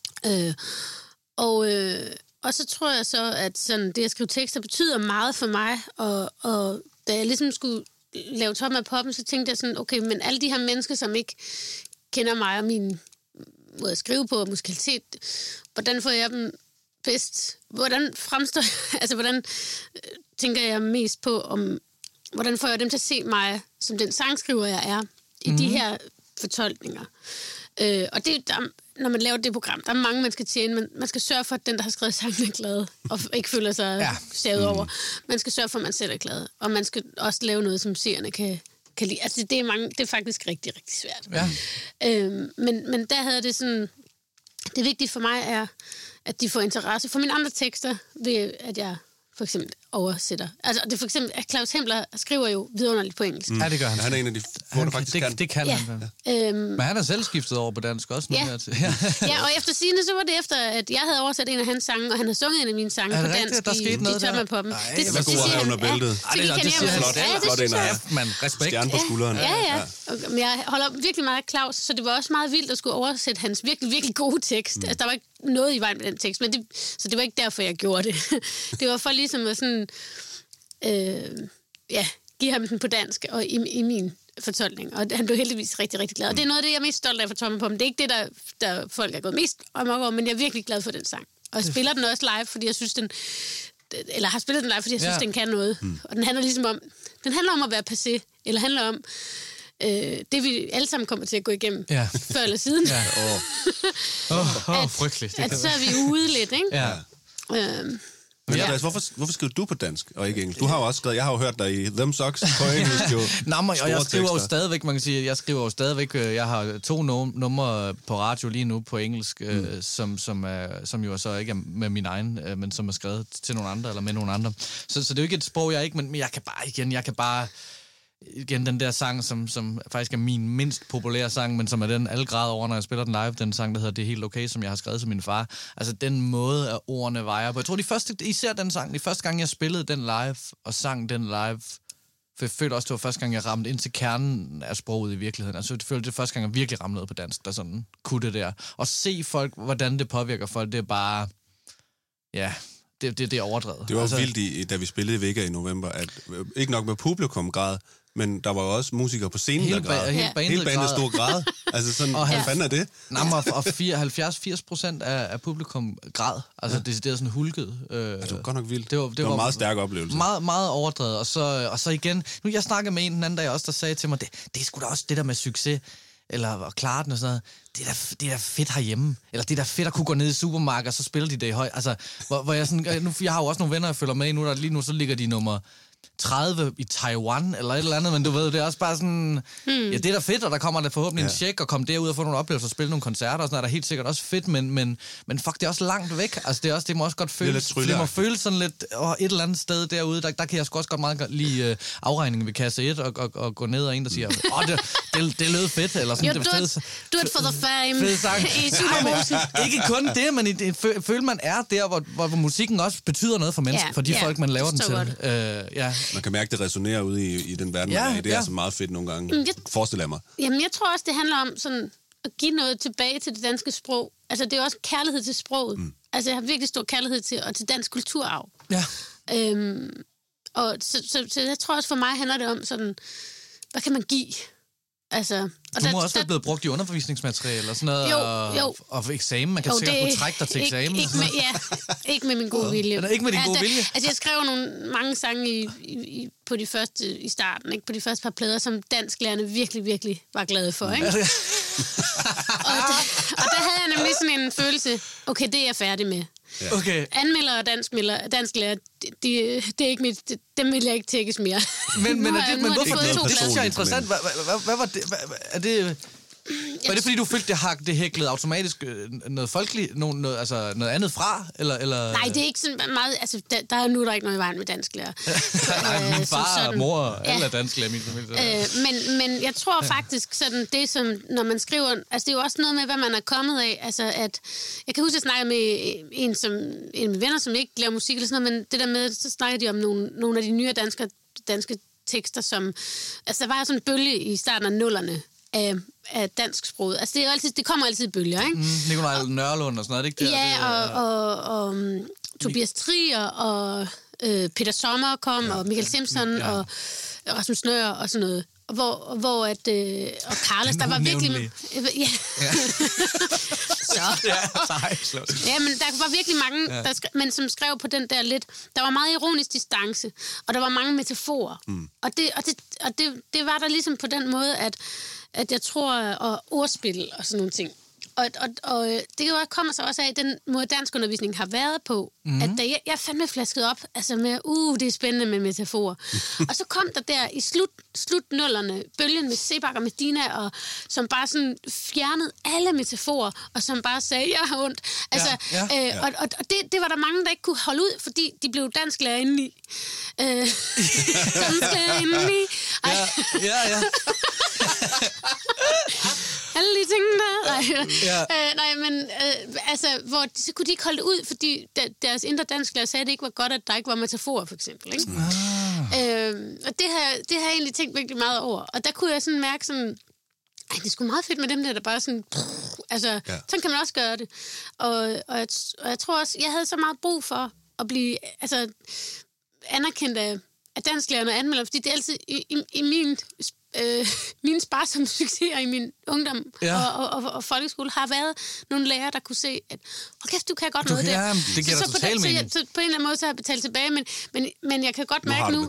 Og så tror jeg så, at sådan, det at skrive tekster betyder meget for mig. Og da jeg ligesom skulle lave Toppen af Poppen, så tænkte jeg sådan, okay, men alle de her mennesker, som ikke kender mig og min måde at skrive på, og musikalitet, hvordan får jeg dem bedst? Hvordan fremstår altså hvordan tænker jeg mest på, hvordan får jeg dem til at se mig som den sangskriver, jeg er, i de her fortolkninger? Og det, når man laver det program, der er mange, man skal tjene, men man skal sørge for, at den, der har skrevet sangen, er glad, og ikke føler sig savet over. Man skal sørge for, at man selv er glad, og man skal også lave noget, som seerne kan lide. Altså, det er faktisk rigtig, rigtig svært. Ja. Men der havde det sådan... Det vigtige for mig er, at de får interesse for mine andre tekster, ved at jeg for eksempel oversætter. Altså, det for eksempel, at Claus Hempler skriver jo vidunderligt på engelsk. Ja, det gør han. Han er en af de få, der faktisk kan. Det kan han. Men han har selv skiftet over på dansk også. Ja, og efter sigende, så var det efter, at jeg havde oversat en af hans sange, og han havde sunget en af mine sange på dansk i Toppen af Poppen. Det var god her under bæltet. Det siger han. Flot ind af respekt. Stjerne på skulderen. Ja. Men jeg holder virkelig meget af Claus, så det var også meget vildt at skulle oversætte hans virkelig, virkelig gode tekst. Altså, der var ikke noget i vejen med den tekst, så det var ikke derfor, jeg gjorde det. Det var for ligesom at sådan... give ham den på dansk og i min fortolkning. Og han blev heldigvis rigtig, rigtig glad. Og det er noget af det, jeg er mest stolt af for Toppen af Poppen. Det er ikke det, der folk er gået mest amok over, men jeg er virkelig glad for den sang. Og jeg spiller den også live, fordi jeg synes, eller har spillet den live, fordi jeg synes, den kan noget. Og den handler om at være passé, eller handler om det, vi alle sammen kommer til at gå igennem, før eller siden. Frygteligt. At så er vi ude lidt, ikke? Ja. Men Andreas, hvorfor skriver du på dansk og ikke engelsk? Du har jo også skrevet, jeg har jo hørt dig i Them Socks på engelsk jo. Og jeg skriver jo stadigvæk, man kan sige, jeg har 2 numre på radio lige nu på engelsk, som jo så ikke er med min egen, men som er skrevet til nogle andre, eller med nogle andre. Så det er jo ikke et sprog, jeg ikke, men jeg kan bare igen den der sang, som faktisk er min mindst populære sang, men som er den alle græder over, når jeg spiller den live, den sang, der hedder Det er helt okay, som jeg har skrevet til min far. Altså den måde, at ordene vejer på. Jeg tror, især den sang, de første gang, jeg spillede den live, og sang den live, for jeg følte også, det var første gang, jeg ramte ind til kernen af sproget i virkeligheden. Altså jeg følte, det første gang, jeg virkelig ramte noget på dansk, der sådan kunne det der. Og se folk, hvordan det påvirker folk, det er bare, det er overdrevet. Det var vildt, da vi spillede i Vega i november, at ikke nok med publikum græd, men der var jo også musikere på scenen, der græd. Hele banen stor græd. Altså sådan, hvad fanden er det? Og 70-80% af publikum græd. Altså det er sådan hulket. Det var godt nok vildt. Det var en meget stærk oplevelse. Meget, meget overdrevet. Og så igen, nu jeg snakkede med en anden dag også, der sagde til mig, det er sgu da også det der med succes, eller at klare den og sådan noget. Det er da fedt herhjemme. Eller det er da fedt at kunne gå ned i supermarkedet, og så spiller de det i høj. Altså, hvor jeg sådan, jeg har jo også nogle venner, jeg følger med i nu, der lige nu, så ligger de nummer 30 i Taiwan, eller et eller andet, men du ved, det er også bare sådan, det er da fedt, og der kommer der forhåbentlig en check, og komme derud og få nogle oplevelser, og spille nogle koncerter, og sådan er der helt sikkert også fedt, men fuck, det er også langt væk, altså det må også godt føles, det må føles sådan lidt, et eller andet sted derude, der kan jeg sgu også godt meget lide afregningen ved kasse 1, og gå ned og en, der siger, det lød fedt, eller sådan. Do it for the fame. I Supermosen. Ikke kun det, men føler man er der, hvor musikken også betyder noget for mennesker, for de folk, man laver den til. Man kan mærke, det resonerer ude i den verden, man er i. Det er altså meget fedt nogle gange. Forestiller jeg mig. Jamen, jeg tror også, det handler om sådan at give noget tilbage til det danske sprog. Altså, det er også kærlighed til sproget. Altså, jeg har virkelig stor kærlighed til dansk kulturarv. Ja. Og så jeg tror også, for mig handler det om sådan, hvad kan man give? Altså, du må også være blevet brugt i undervisningsmateriale og sådan noget, jo. Og eksamen. Man kan sikkert kunne trække dig til eksamen. Ikke med min gode vilje. Ikke med din gode vilje? Altså, jeg skrev mange sange på de første, i starten, ikke? På de første par plader, som dansklærerne virkelig, virkelig var glade for, ikke? og der havde jeg nemlig sådan en følelse, okay, det er jeg færdig med. Ja. Okay. Anmeldere og dansklærer, det er ikke mit, dem vil jeg ikke tækkes mere. Men det synes jeg er interessant. Hvad var det? Er det... Var det fordi, du følte, det hæklede automatisk noget folkeligt, noget andet fra? Eller? Nej, det er ikke sådan meget... Altså, der er ikke noget i vejen med dansklærer. Min far og mor, alle er dansklærer i min familie. Men jeg tror faktisk, sådan det som, når man skriver... Altså, det er jo også noget med, hvad man er kommet af. Altså, at... Jeg kan huske, at jeg snakkede med en af mine venner, som ikke laver musik eller sådan noget, men det der med, så snakker de om nogle af de nye danske tekster, som... Altså, der var sådan en bølge i starten af nullerne af dansk sproget. Altså, det kommer altid i bølger, ikke? Nikolaj Nørlund og sådan noget, ikke? Og Tobias Trier, og Peter Sommer kom, og Michael Simpson, og Rasmus Nøhr, og sådan noget. Hvor at... og Carles, der var virkelig... Ja, men der var virkelig mange, som skrev på den der lidt... Der var meget ironisk distance, og der var mange metaforer. Og det var der ligesom på den måde, at jeg tror, og ordspil og sådan nogle ting. Og det kommer så også af, den måde danskundervisning har været på, at da jeg fandme flasket op, altså med, det er spændende med metaforer. Og så kom der i slutnullerne, bølgen med Sebak og Medina, og som bare sådan fjernede alle metaforer, og som bare sagde, jeg har ondt. Altså, og det var der mange, der ikke kunne holde ud, fordi de blev dansklærer indeni. Dansklærer indeni. Ja. Alle de ting der. Nej, men hvor så kunne de ikke holde det ud, fordi deres indre dansklærer sagde, at det ikke var godt, at der ikke var metaforer, for eksempel. Ikke? Og det har jeg egentlig tænkt virkelig meget over. Og der kunne jeg sådan mærke sådan, det er sgu meget fedt med dem der bare sådan... Sådan kan man også gøre det. Og jeg tror også, jeg havde så meget brug for at blive anerkendt at dansklærerne anmelder, fordi det er altid i mine sparsomme succeser i min ungdom og folkeskole har været nogle lærere, der kunne se, at kæft, du kan godt noget der. Ja, det giver dig totalt mening. Så på en eller anden måde så har jeg betalt tilbage, men jeg kan godt mærke nu...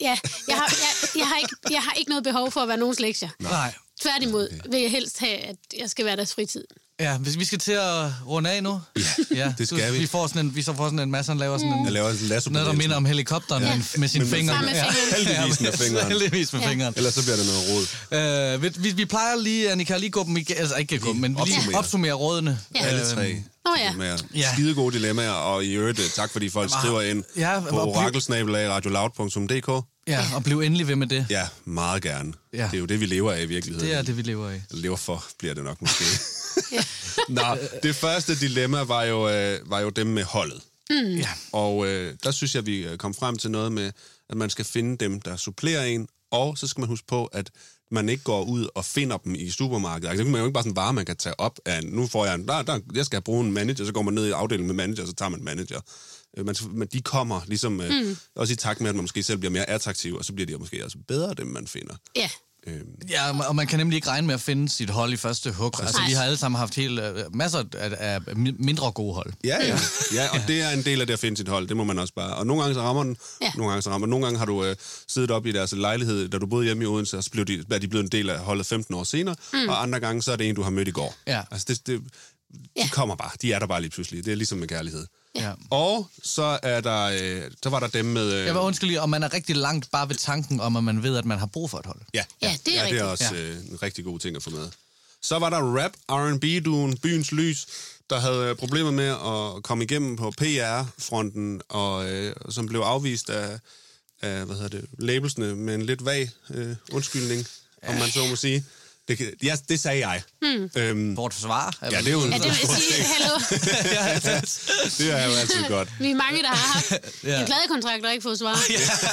Jeg har ikke noget behov for at være nogens lektier. Nej. Tværtimod vil jeg helst have, at jeg skal være deres fritid. Ja, hvis vi skal til at runde af nu. Ja, det skal vi. Vi får sådan en masse, han laver sådan en... Jeg laver en lasso noget, der minder om helikopteren med sine fingre. Heldigvis med fingeren. Heldigvis med fingeren. Ellers så bliver det noget rod. Vi plejer lige, Annika, lige gå dem igen, altså ikke gå dem, men lige opsummere rådene. Alle tre. Skidegode dilemmaer, og i øvrigt, tak fordi folk skriver ind på orakelsnabelag.radioloud.dk. Ja, og bliv endelig ved med det. Ja, meget gerne. Ja. Det er jo det, vi lever af i virkeligheden. Det er det, vi lever af. Lever for, bliver det nok måske. Nå, det første dilemma var jo dem med holdet. Ja. Og der synes jeg, vi kom frem til noget med, at man skal finde dem, der supplerer en, og så skal man huske på, at man ikke går ud og finder dem i supermarkedet. Altså, det er jo ikke bare sådan en vare, man kan tage op af. Nu får jeg jeg skal bruge en manager, så går man ned i afdelingen med manager, så tager man en manager. Men de kommer ligesom også i takt med, at man måske selv bliver mere attraktiv, og så bliver de måske også bedre, dem man finder. Ja. Ja, og man kan nemlig ikke regne med at finde sit hold i første hug. Altså, vi har alle sammen haft masser af mindre gode hold. Ja, og det er en del af det at finde sit hold. Det må man også bare. Og nogle gange så rammer den, nogle gange har du siddet op i deres lejlighed, da du boede hjemme i Odense, og så er de blevet en del af holdet 15 år senere, og andre gange så er det en, du har mødt i går. Ja. Altså, de kommer bare. De er der bare lige pludselig. Det er ligesom med kærlighed. Ja. Og så er der, så var der dem med... Jeg vil undskylde, om man er rigtig langt bare ved tanken om, at man ved, at man har brug for et hold. Ja, det er rigtigt. Det er også en rigtig god ting at få med. Så var der rap R&B-duen Byens Lys, der havde problemer med at komme igennem på PR-fronten, og som blev afvist af labelsene med en lidt vag undskyldning, om man så må sige. Det sagde jeg. Vort forsvar? Ja, det er jo en det vil sige, hallo. Det er jo altid godt. Vi er mange, der har haft en pladekontrakt og ikke fået svar.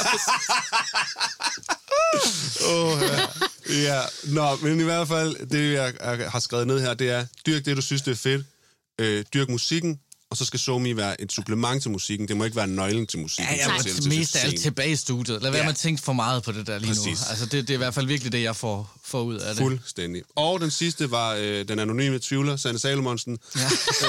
Nå, men i hvert fald, det jeg har skrevet ned her, det er, dyrk det, du synes, det er fedt. Dyrk musikken, og så skal SoMe være et supplement til musikken. Det må ikke være nøglen til musikken. Ja, mest af alt tilbage i studiet. Lad være med at tænke for meget på det der lige nu. Altså, det er i hvert fald virkelig det, jeg får ud af det. Fuldstændig. Og den sidste var den anonyme tvivler, Sanne Salomonsen. Ja.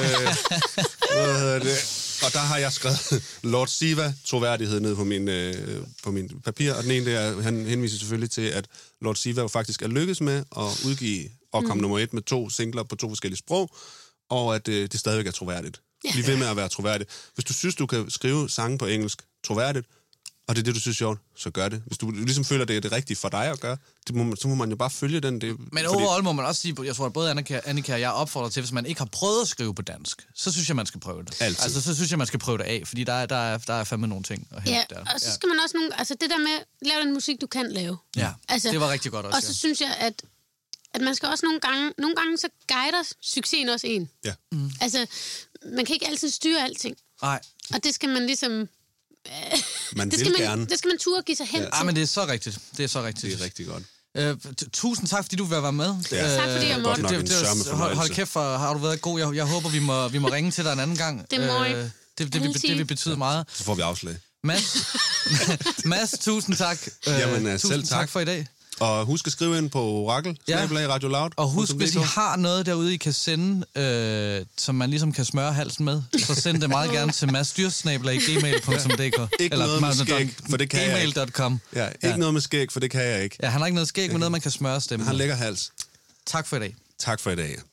Og der har jeg skrevet Lord Siva, troværdighed, ned på min papir. Og den ene, han henviser selvfølgelig til, at Lord Siva jo faktisk er lykkedes med at udgive og komme nummer 1 med 2 singler på 2 forskellige sprog, og at det stadigvæk er troværdigt. Bliv ved med at være troværdigt. Hvis du synes, du kan skrive sange på engelsk troværdigt, og det er det, du synes sjovt, så gør det. Hvis du ligesom føler, det er det rigtige for dig at gøre, så må man jo bare følge den. Men overall må man også sige, jeg tror, at både Annika og jeg opfordrer til, hvis man ikke har prøvet at skrive på dansk, så synes jeg, man skal prøve det. Altid. Altså, så synes jeg, man skal prøve det af, fordi der er fandme nogle ting at hente der. Og så skal man også altså det der med, lave den musik, du kan lave. Ja, altså, det var rigtig godt også. Og så synes jeg, at man skal også nogle gange så guider succesen også en. Ja. Altså, man kan ikke altid styre alting. Nej. Og det skal man ligesom... det skal man turde give sig hen til. Ja, men det er så rigtigt. Det er rigtig godt. Tusind tak, fordi du vil være med. Ja. Tak fordi jeg måtte. Hold kæft, har du været god. Jeg håber, vi må ringe til dig en anden gang. Det må I. Det vil betyde meget. Så får vi afslag. Mads, tusind tak. Jamen, tusind tak for i dag. Og husk at skrive ind på Orakel, Radio Loud. Og husk, hvis I har noget derude, I kan sende, som man ligesom kan smøre halsen med, så send det meget gerne til madsdyrs@gmail.dk. Ikke noget med skæg, for det kan jeg ikke. Gmail.com. Ja, ikke noget med skæg, for det kan jeg ikke. Ja, han har ikke noget skæg, men noget, man kan smøre stemmen. Han lægger hals. Tak for i dag. Tak for i dag.